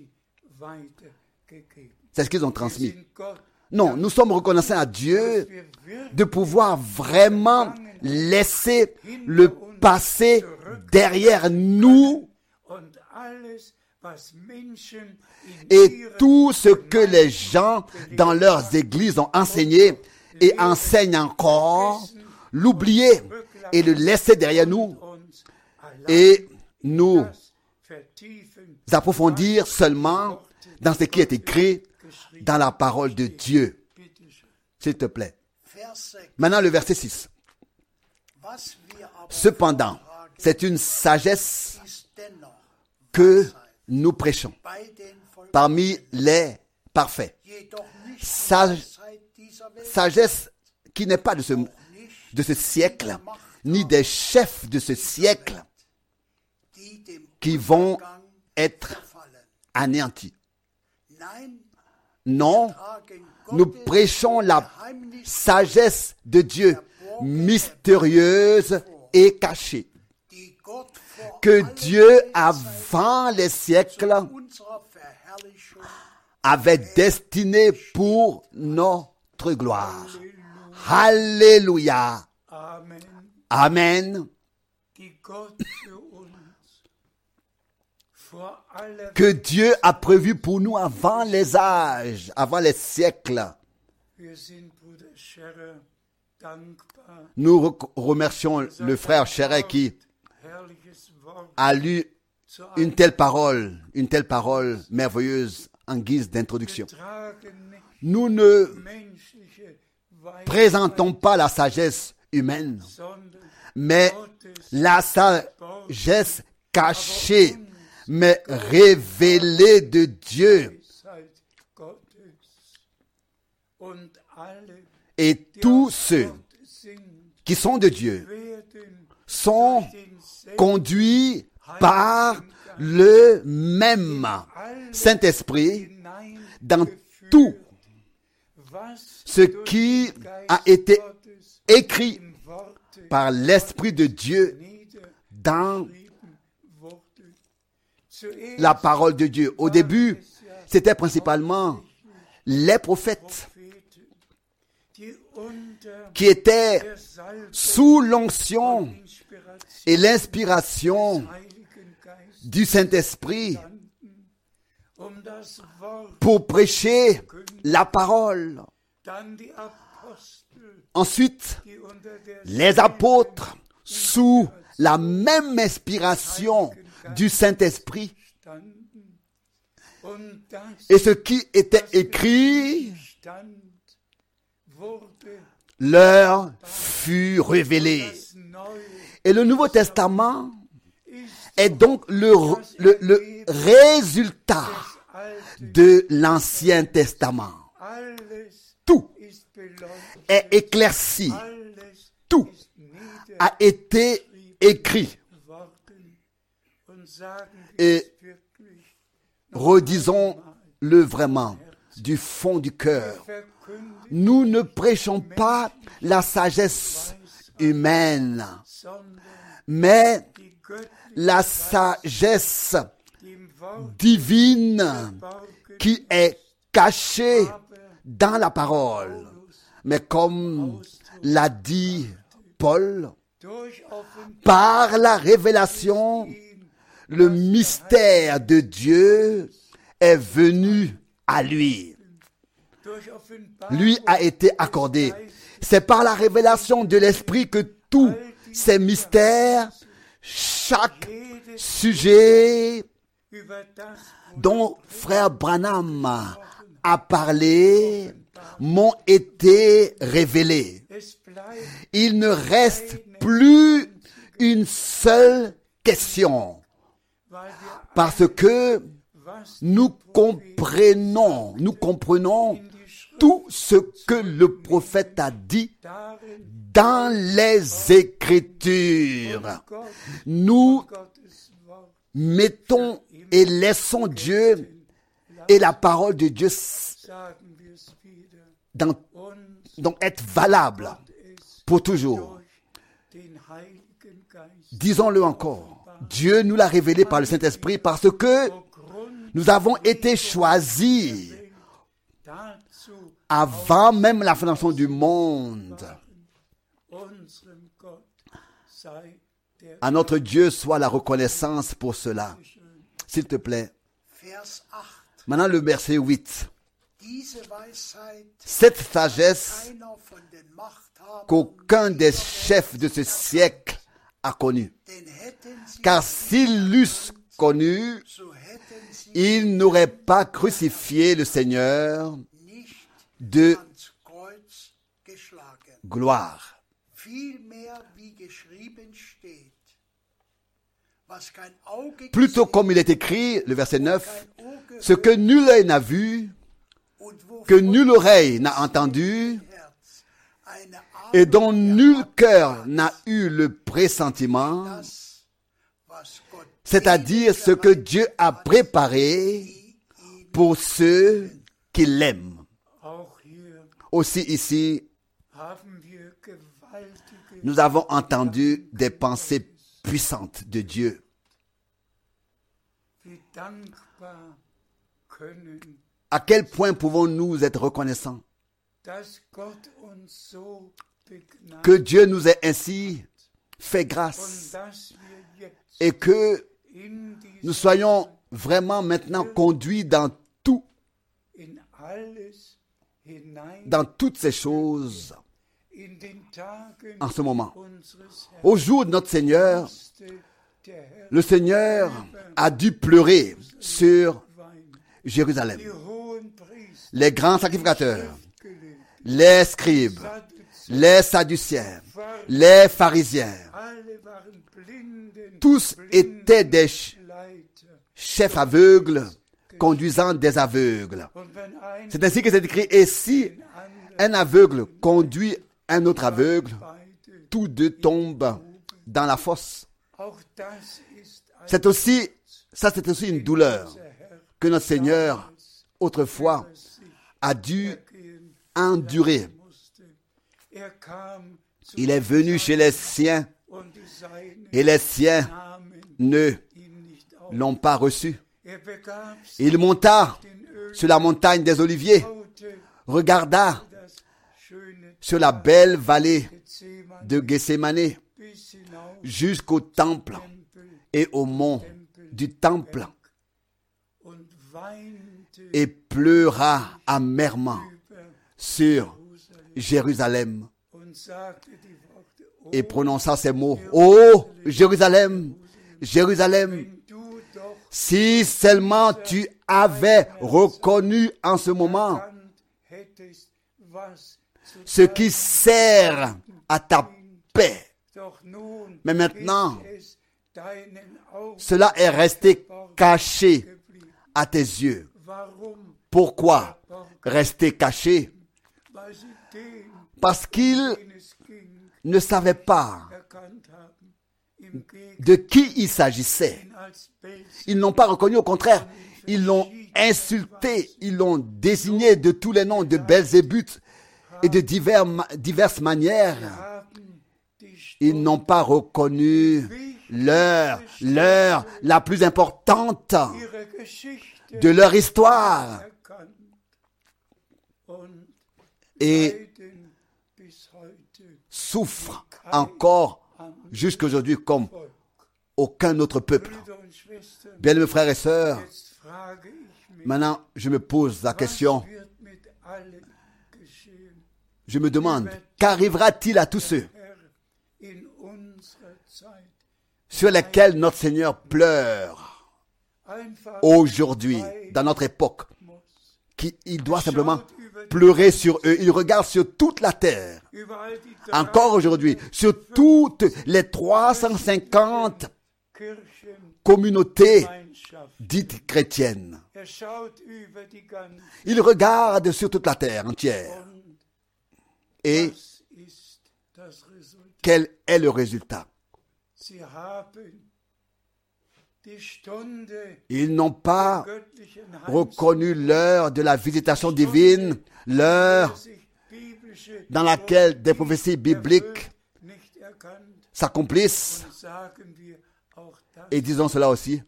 C'est ce qu'ils ont transmis. Non, nous sommes reconnaissants à Dieu de pouvoir vraiment laisser le passé derrière nous et tout ce que les gens dans leurs églises ont enseigné et enseignent encore, l'oublier et le laisser derrière nous et nous approfondir seulement dans ce qui est écrit dans la parole de Dieu. S'il te plaît. Maintenant, le verset 6. Cependant, c'est une sagesse que nous prêchons parmi les parfaits. Sagesse qui n'est pas de ce siècle, ni des chefs de ce siècle qui vont être anéantis. Non, nous prêchons la sagesse de Dieu, mystérieuse et cachée, que Dieu, avant les siècles, avait destinée pour notre gloire. Alléluia. Amen. Que Dieu a prévu pour nous avant les âges, avant les siècles. Nous remercions le frère Scherer qui a lu une telle parole merveilleuse en guise d'introduction. Nous ne présentons pas la sagesse humaine, mais la sagesse cachée, mais révélée de Dieu. Et tous ceux qui sont de Dieu sont conduits par le même Saint-Esprit dans tout ce qui a été écrit par l'Esprit de Dieu dans la parole de Dieu. Au début, c'était principalement les prophètes qui étaient sous l'onction et l'inspiration du Saint-Esprit pour prêcher la parole. Ensuite, les apôtres, sous la même inspiration du Saint-Esprit, et ce qui était écrit leur fut révélé. Et le Nouveau Testament est donc le résultat de l'Ancien Testament. Tout est éclairci. Tout a été écrit. Et redisons-le vraiment du fond du cœur. Nous ne prêchons pas la sagesse humaine, mais la sagesse divine qui est cachée dans la parole. Mais comme l'a dit Paul, par la révélation, le mystère de Dieu est venu à lui. Lui a été accordé. C'est par la révélation de l'Esprit que tous ces mystères, chaque sujet dont frère Branham a parlé, m'ont été révélés. Il ne reste plus une seule question, parce que nous comprenons tout ce que le prophète a dit dans les Écritures. Nous mettons et laissons Dieu Et la parole de Dieu donc être valable pour toujours. Disons-le encore. Dieu nous l'a révélé par le Saint-Esprit parce que nous avons été choisis avant même la fondation du monde. À notre Dieu soit la reconnaissance pour cela. S'il te plaît. Maintenant le verset 8. Cette sagesse qu'aucun des chefs de ce siècle a connue. Car s'ils l'eussent connu, ils n'auraient pas crucifié le Seigneur de gloire. Plutôt comme il est écrit, le verset 9, ce que nul œil n'a vu, que nulle oreille n'a entendu, et dont nul cœur n'a eu le pressentiment, c'est-à-dire ce que Dieu a préparé pour ceux qui l'aiment. Aussi ici, nous avons entendu des pensées puissantes de Dieu. À quel point pouvons-nous être reconnaissants que Dieu nous ait ainsi fait grâce et que nous soyons vraiment maintenant conduits dans toutes ces choses en ce moment. Au jour de notre Seigneur, le Seigneur a dû pleurer sur Jérusalem. Les grands sacrificateurs, les scribes, les sadduciens, les pharisiens, tous étaient des chefs aveugles conduisant des aveugles. C'est ainsi que c'est écrit, et si un aveugle conduit un autre aveugle, tous deux tombent dans la fosse. C'est aussi une douleur que notre Seigneur, autrefois, a dû endurer. Il est venu chez les siens et les siens ne l'ont pas reçu. Il monta sur la montagne des Oliviers, regarda sur la belle vallée de Gethsémane jusqu'au temple et au mont du temple et pleura amèrement sur Jérusalem et prononça ces mots: ô Jérusalem, Jérusalem, si seulement tu avais reconnu en ce moment ce qui sert à ta paix. Mais maintenant, cela est resté caché à tes yeux. Pourquoi rester caché? Parce qu'ils ne savaient pas de qui il s'agissait. Ils n'ont pas reconnu, au contraire, ils l'ont insulté, ils l'ont désigné de tous les noms de Belzébuth et de diverses manières. Ils n'ont pas reconnu l'heure la plus importante de leur histoire et souffrent encore jusqu'aujourd'hui comme aucun autre peuple. Bien, mes frères et sœurs, maintenant je me pose la question, je me demande, qu'arrivera-t-il à tous ceux sur lesquels notre Seigneur pleure aujourd'hui, dans notre époque, qu'il doit simplement pleurer sur eux. Il regarde sur toute la terre, encore aujourd'hui, sur toutes les 350 communautés dites chrétiennes. Il regarde sur toute la terre entière. Et quel est le résultat? Ils n'ont pas reconnu l'heure de la visitation divine, l'heure dans laquelle des prophéties bibliques s'accomplissent. Et disons cela aussi,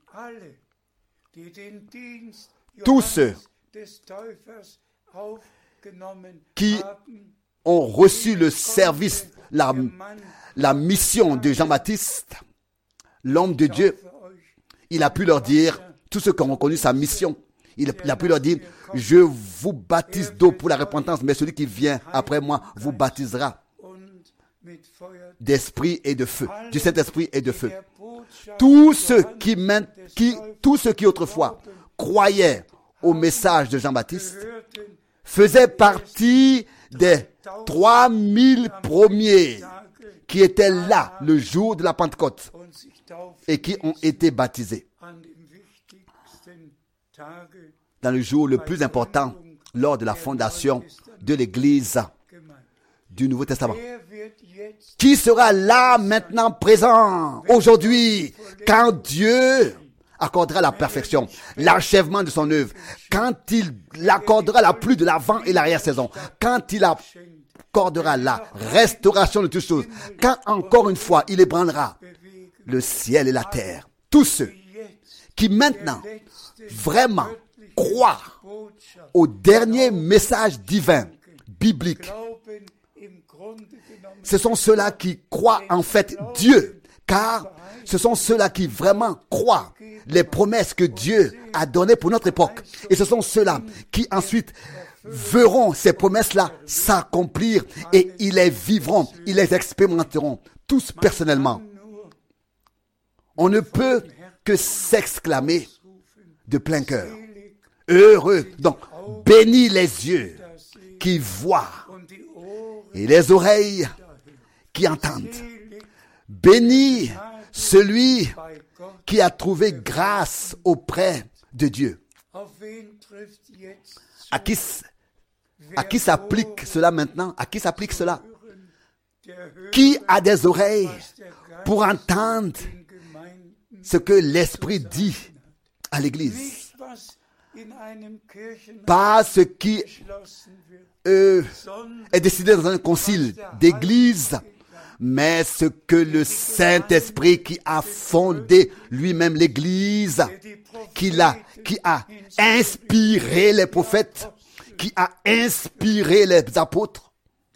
tous ceux qui ont reçu le service, la mission de Jean-Baptiste, l'homme de Dieu, il a pu leur dire, tous ceux qui ont reconnu sa mission, il a pu leur dire, je vous baptise d'eau pour la repentance, mais celui qui vient après moi vous baptisera d'esprit et de feu, du Saint-Esprit et de feu. Tous ceux qui autrefois croyaient au message de Jean-Baptiste faisaient partie des 3000 premiers qui étaient là le jour de la Pentecôte et qui ont été baptisés dans le jour le plus important lors de la fondation de l'Église du Nouveau Testament. Qui sera là maintenant présent aujourd'hui quand Dieu accordera la perfection, l'achèvement de son œuvre, quand il accordera la pluie de l'avant et l'arrière-saison, quand il accordera la restauration de toutes choses, quand encore une fois il ébranlera le ciel et la terre. Tous ceux qui maintenant vraiment croient au dernier message divin, biblique, ce sont ceux-là qui croient en fait Dieu, car ce sont ceux-là qui vraiment croient les promesses que Dieu a données pour notre époque. Et ce sont ceux-là qui ensuite verront ces promesses-là s'accomplir et ils les vivront, ils les expérimenteront tous personnellement. On ne peut que s'exclamer de plein cœur. Heureux, donc bénis les yeux qui voient et les oreilles qui entendent. Bénis celui qui a trouvé grâce auprès de Dieu. À qui s'applique cela maintenant? À qui s'applique cela? Qui a des oreilles pour entendre ce que l'Esprit dit à l'Église? Pas ce qui est décidé dans un concile d'église, mais ce que le Saint-Esprit qui a fondé lui-même l'Église, qui a inspiré les prophètes, qui a inspiré les apôtres,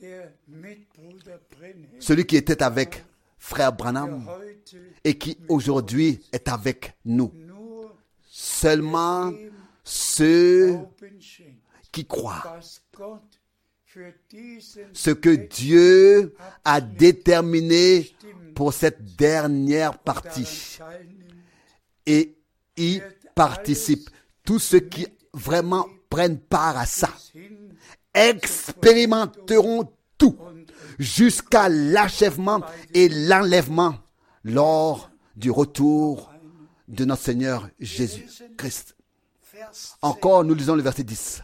celui qui était avec frère Branham et qui aujourd'hui est avec nous. Seulement ceux qui croient ce que Dieu a déterminé pour cette dernière partie et y participent. Tous ceux qui vraiment prennent part à ça expérimenteront tout jusqu'à l'achèvement et l'enlèvement lors du retour de notre Seigneur Jésus-Christ. Encore, nous lisons le verset 10.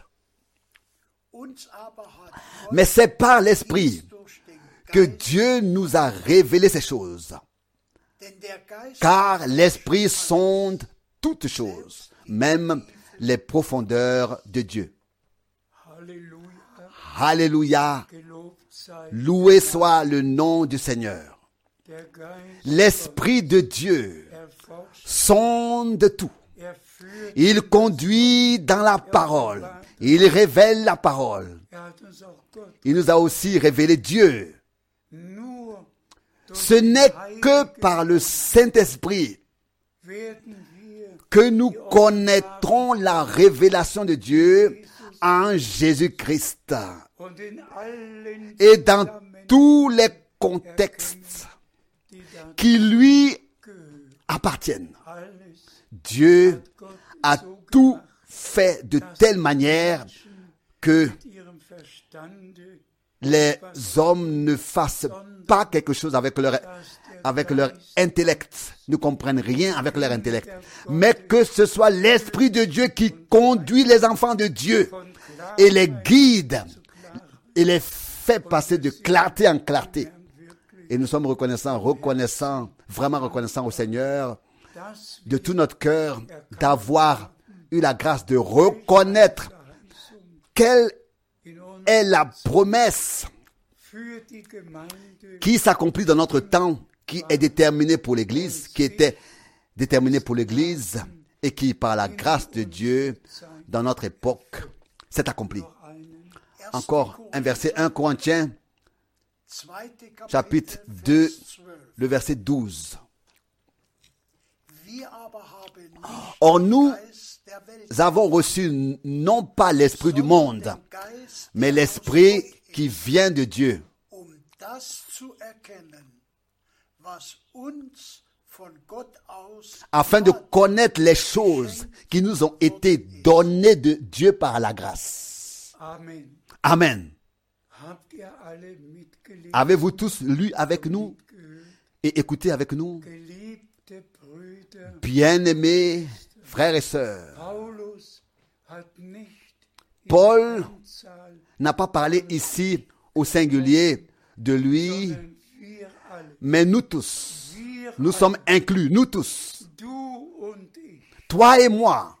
Mais c'est par l'Esprit que Dieu nous a révélé ces choses. Car l'Esprit sonde toutes choses, même les profondeurs de Dieu. Alléluia. Loué soit le nom du Seigneur. L'Esprit de Dieu sonde tout. Il conduit dans la parole. Il révèle la parole. Il nous a aussi révélé Dieu. Ce n'est que par le Saint-Esprit que nous connaîtrons la révélation de Dieu en Jésus-Christ. Et dans tous les contextes qui lui appartiennent, Dieu a tout fait de telle manière que les hommes ne fassent pas quelque chose avec leur intellect, ne comprennent rien avec leur intellect, mais que ce soit l'Esprit de Dieu qui conduit les enfants de Dieu et les guide et les fait passer de clarté en clarté. Et nous sommes vraiment reconnaissants au Seigneur de tout notre cœur d'avoir eu la grâce de reconnaître quelle est la promesse qui s'accomplit dans notre temps, qui est déterminée pour l'Église, qui était déterminée pour l'Église et qui, par la grâce de Dieu, dans notre époque, s'est accomplie. Encore un verset, 1 Corinthiens, chapitre 2, le verset 12. Or nous avons reçu non pas l'esprit du monde, mais l'esprit qui vient de Dieu, afin de connaître les choses qui nous ont été données de Dieu par la grâce. Amen. Avez-vous tous lu avec nous et écouté avec nous? Bien-aimés frères et sœurs, Paul n'a pas parlé ici au singulier de lui, mais nous tous, nous sommes inclus, nous tous, toi et moi,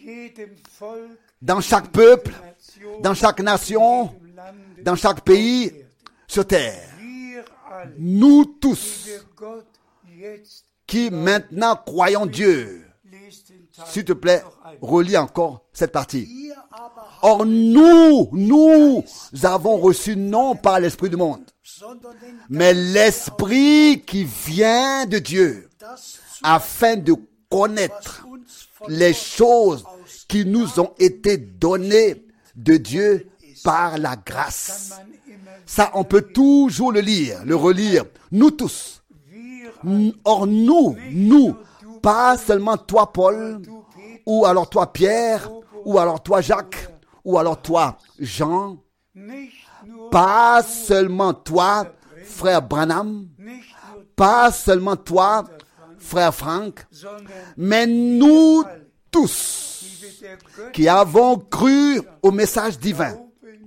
dans chaque peuple, dans chaque nation, dans chaque pays sur terre. Nous tous qui maintenant croyons Dieu. S'il te plaît, relis encore cette partie. Or nous avons reçu non par l'esprit du monde, mais l'esprit qui vient de Dieu, afin de connaître les choses qui nous ont été données de Dieu par la grâce. Ça, on peut toujours le lire, le relire. Nous tous. Or nous, pas seulement toi Paul, ou alors toi Pierre, ou alors toi Jacques, ou alors toi Jean, pas seulement toi frère Branham, pas seulement toi frère Frank, mais nous tous qui avons cru au message divin.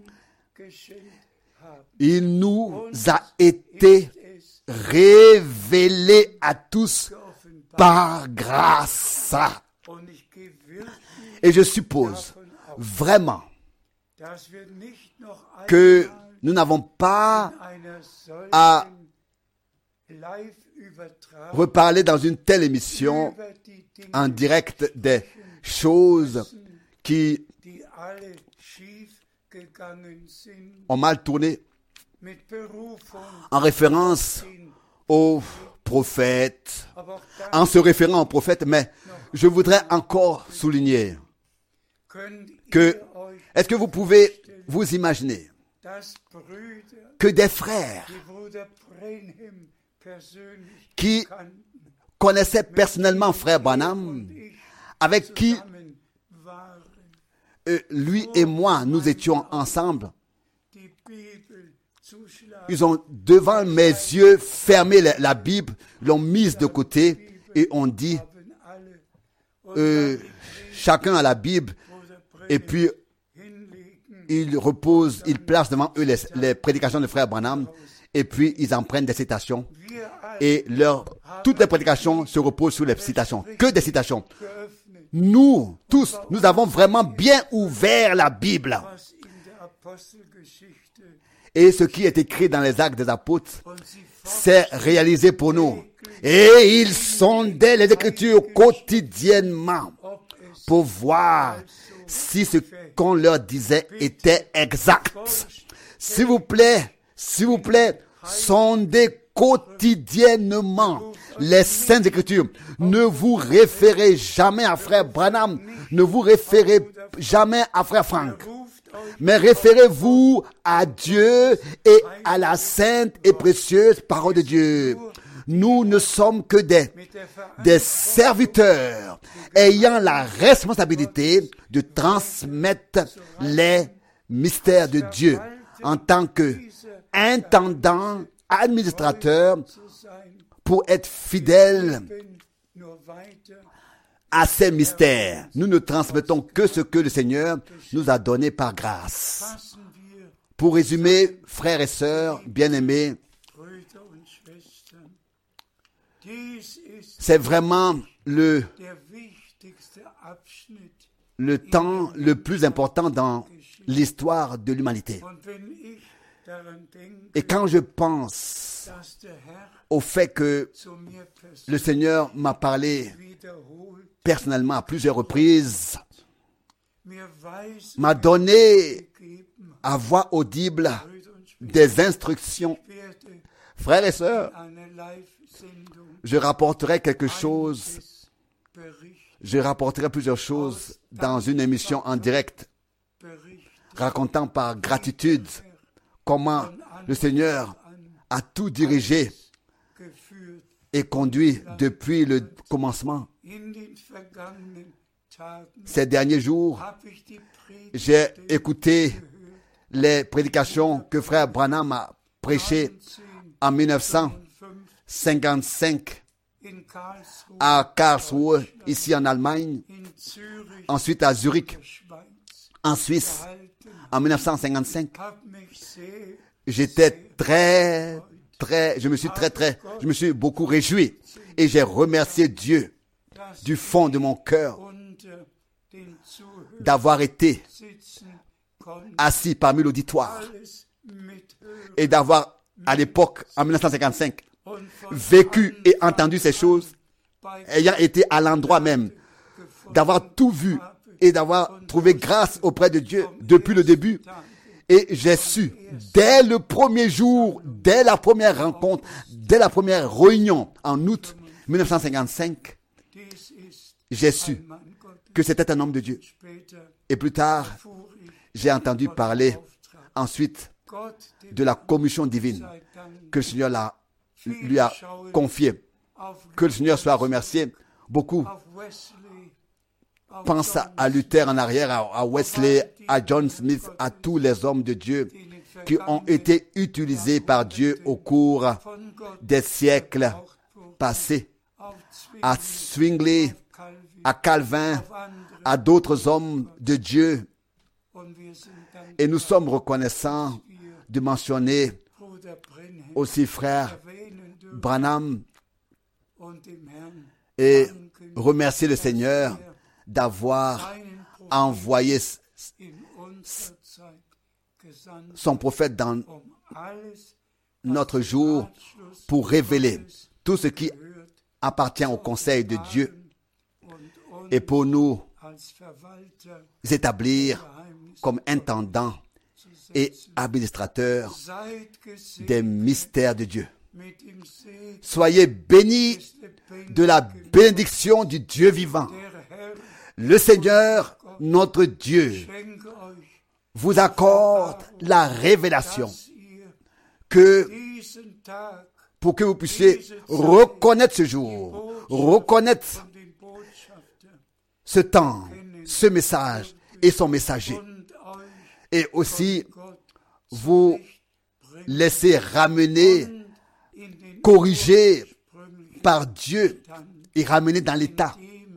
Il nous a été révélé à tous par grâce. Et je suppose vraiment que nous n'avons pas à reparler dans une telle émission en direct des choses qui ont mal tourné en référence aux prophètes, en se référant aux prophètes, mais je voudrais encore souligner que, est-ce que vous pouvez vous imaginer que des frères qui connaissaient personnellement frère Branham, avec qui lui et moi, nous étions ensemble, ils ont devant mes yeux fermé la Bible, l'ont mise de côté et ont dit chacun a la Bible et puis ils reposent, ils placent devant eux les prédications de frère Branham et puis ils en prennent des citations et toutes les prédications se reposent sur les citations, que des citations. Nous, tous, nous avons vraiment bien ouvert la Bible. Et ce qui est écrit dans les Actes des Apôtres, c'est réalisé pour nous. Et ils sondaient les Écritures quotidiennement pour voir si ce qu'on leur disait était exact. S'il vous plaît, sondez quotidiennement les Saintes Écritures. Ne vous référez jamais à frère Branham, ne vous référez jamais à frère Frank, mais référez-vous à Dieu et à la sainte et précieuse parole de Dieu. Nous ne sommes que des serviteurs ayant la responsabilité de transmettre les mystères de Dieu en tant que intendant, administrateur, pour être fidèle à ces mystères. Nous ne transmettons que ce que le Seigneur nous a donné par grâce. Pour résumer, frères et sœurs, bien-aimés, c'est vraiment le temps le plus important dans l'histoire de l'humanité. Et quand je pense au fait que le Seigneur m'a parlé personnellement à plusieurs reprises, m'a donné à voix audible des instructions. Frères et sœurs, je rapporterai quelque chose, je rapporterai plusieurs choses dans une émission en direct, racontant par gratitude comment le Seigneur a tout dirigé et conduit depuis le commencement. Ces derniers jours, j'ai écouté les prédications que frère Branham a prêchées en 1955 à Karlsruhe, ici en Allemagne, ensuite à Zurich, en Suisse, en 1955. Je me suis beaucoup réjoui et j'ai remercié Dieu du fond de mon cœur d'avoir été assis parmi l'auditoire et d'avoir, à l'époque, en 1955, vécu et entendu ces choses, ayant été à l'endroit même, d'avoir tout vu et d'avoir trouvé grâce auprès de Dieu depuis le début. Et j'ai su, dès le premier jour, dès la première rencontre, dès la première réunion en août 1955, j'ai su que c'était un homme de Dieu. Et plus tard, j'ai entendu parler ensuite de la commission divine que le Seigneur lui a confiée. Que le Seigneur soit remercié. Beaucoup pensent à Luther en arrière, à Wesley, à John Smith, à tous les hommes de Dieu qui ont été utilisés par Dieu au cours des siècles passés. À Zwingli, à Calvin, à d'autres hommes de Dieu. Et nous sommes reconnaissants de mentionner aussi frère Branham et remercier le Seigneur d'avoir envoyé son prophète dans notre jour pour révéler tout ce qui appartient au conseil de Dieu et pour nous établir comme intendants et administrateurs des mystères de Dieu. Soyez bénis de la bénédiction du Dieu vivant. Le Seigneur, notre Dieu, vous accorde la révélation pour que vous puissiez reconnaître ce jour, reconnaître ce temps, ce message et son messager. Et aussi vous laisser ramener, corriger par Dieu et ramener dans l'état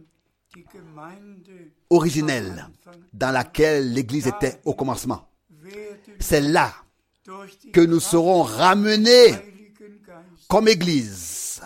originel dans laquelle l'Église était au commencement. C'est là que nous serons ramenés comme Église,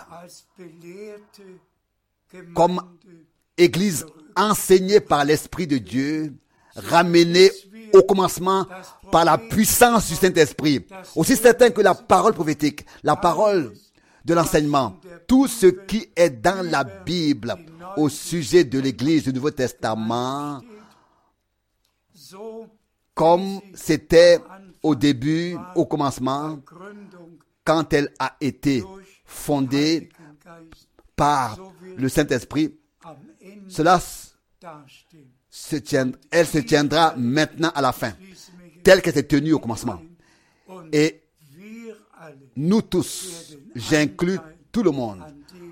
comme Église enseignée par l'Esprit de Dieu, ramenée au commencement par la puissance du Saint-Esprit. Aussi certain que la parole prophétique, la parole de l'enseignement, tout ce qui est dans la Bible au sujet de l'Église du Nouveau Testament, comme c'était au début, au commencement, quand elle a été fondée par le Saint-Esprit, elle se tiendra maintenant à la fin, telle qu'elle s'est tenue au commencement. Et nous tous, j'inclus tout le monde,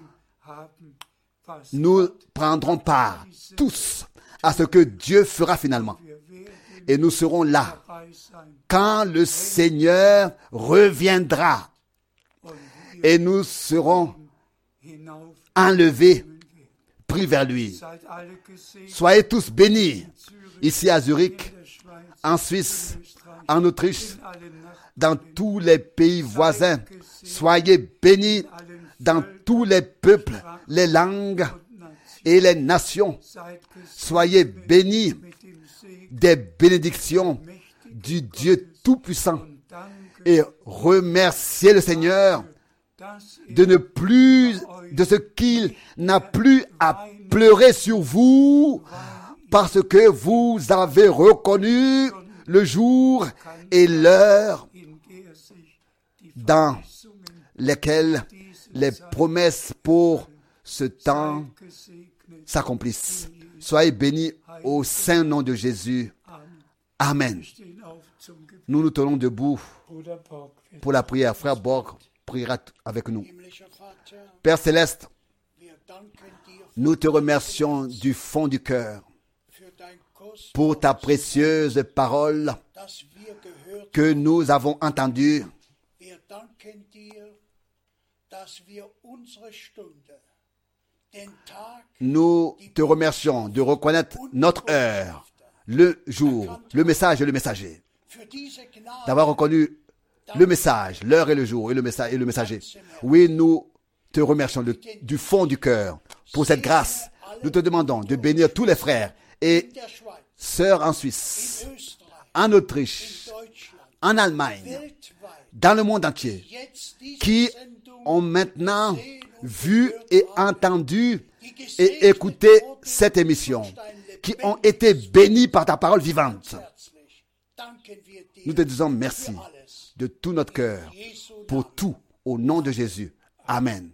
nous prendrons part tous à ce que Dieu fera finalement. Et nous serons là quand le Seigneur reviendra. Et nous serons enlevés, pris vers lui. Soyez tous bénis ici à Zurich, en Suisse, en Autriche, dans tous les pays voisins. Soyez bénis dans tous les peuples, les langues et les nations. Soyez bénis des bénédictions du Dieu Tout-Puissant et remerciez le Seigneur de ce qu'il n'a plus à pleurer sur vous parce que vous avez reconnu le jour et l'heure dans lesquels les promesses pour ce temps s'accomplissent. Soyez bénis au saint nom de Jésus. Amen. Nous nous tenons debout pour la prière. Frère Borg priera avec nous. Père Céleste, nous te remercions du fond du cœur pour ta précieuse parole que nous avons entendue. Nous te remercions de reconnaître notre heure, le jour, le message et le messager. D'avoir reconnu le message, l'heure et le jour, et le messager. Oui, nous te remercions du fond du cœur pour cette grâce. Nous te demandons de bénir tous les frères et sœurs en Suisse, en Autriche, en Allemagne, dans le monde entier, qui ont maintenant vu et entendu et écouté cette émission, qui ont été bénis par ta parole vivante. Nous te disons merci de tout notre cœur, pour tout, au nom de Jésus. Amen.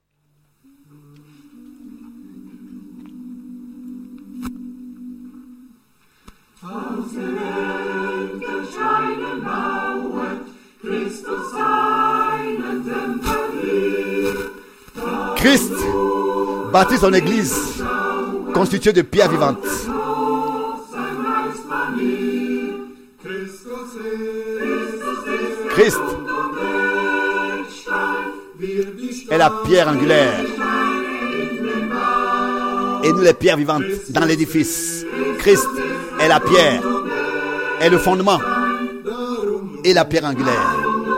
Christ bâtit son église constituée de pierres vivantes. Christ est la pierre angulaire et nous les pierres vivantes dans l'édifice. Christ est la pierre, est le fondement et la pierre angulaire.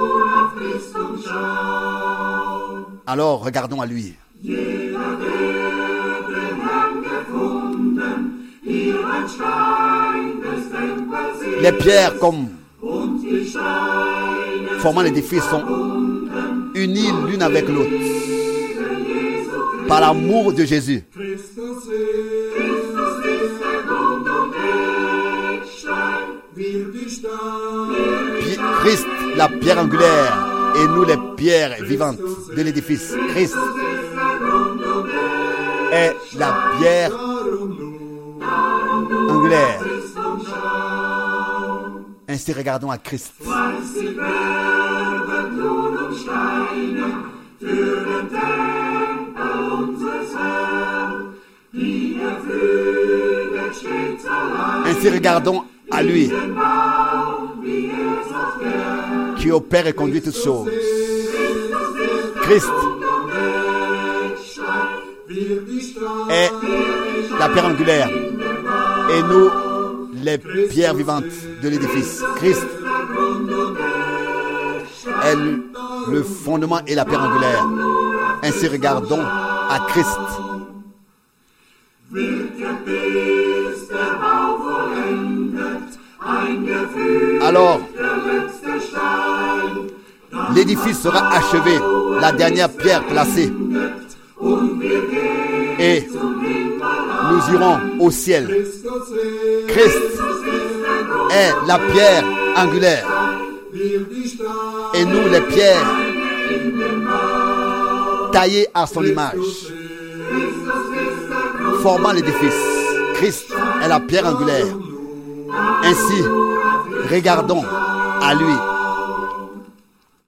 Alors regardons à lui. Les pierres comme formant l'édifice sont unies l'une avec l'autre par l'amour de Jésus. Christ, la pierre angulaire, et nous les pierres vivantes de l'édifice. Christ est la pierre angulaire. Ainsi regardons à Christ. Ainsi regardons à lui qui opère et conduit toutes choses. Christ est la pierre angulaire et nous les pierres vivantes de l'édifice. Christ est le fondement et la pierre angulaire. Ainsi regardons à Christ. Alors, l'édifice sera achevé, la dernière pierre placée, et nous irons au ciel. Christ est la pierre angulaire, et nous les pierres taillées à son image, formant l'édifice. Christ est la pierre angulaire. Ainsi, regardons à lui.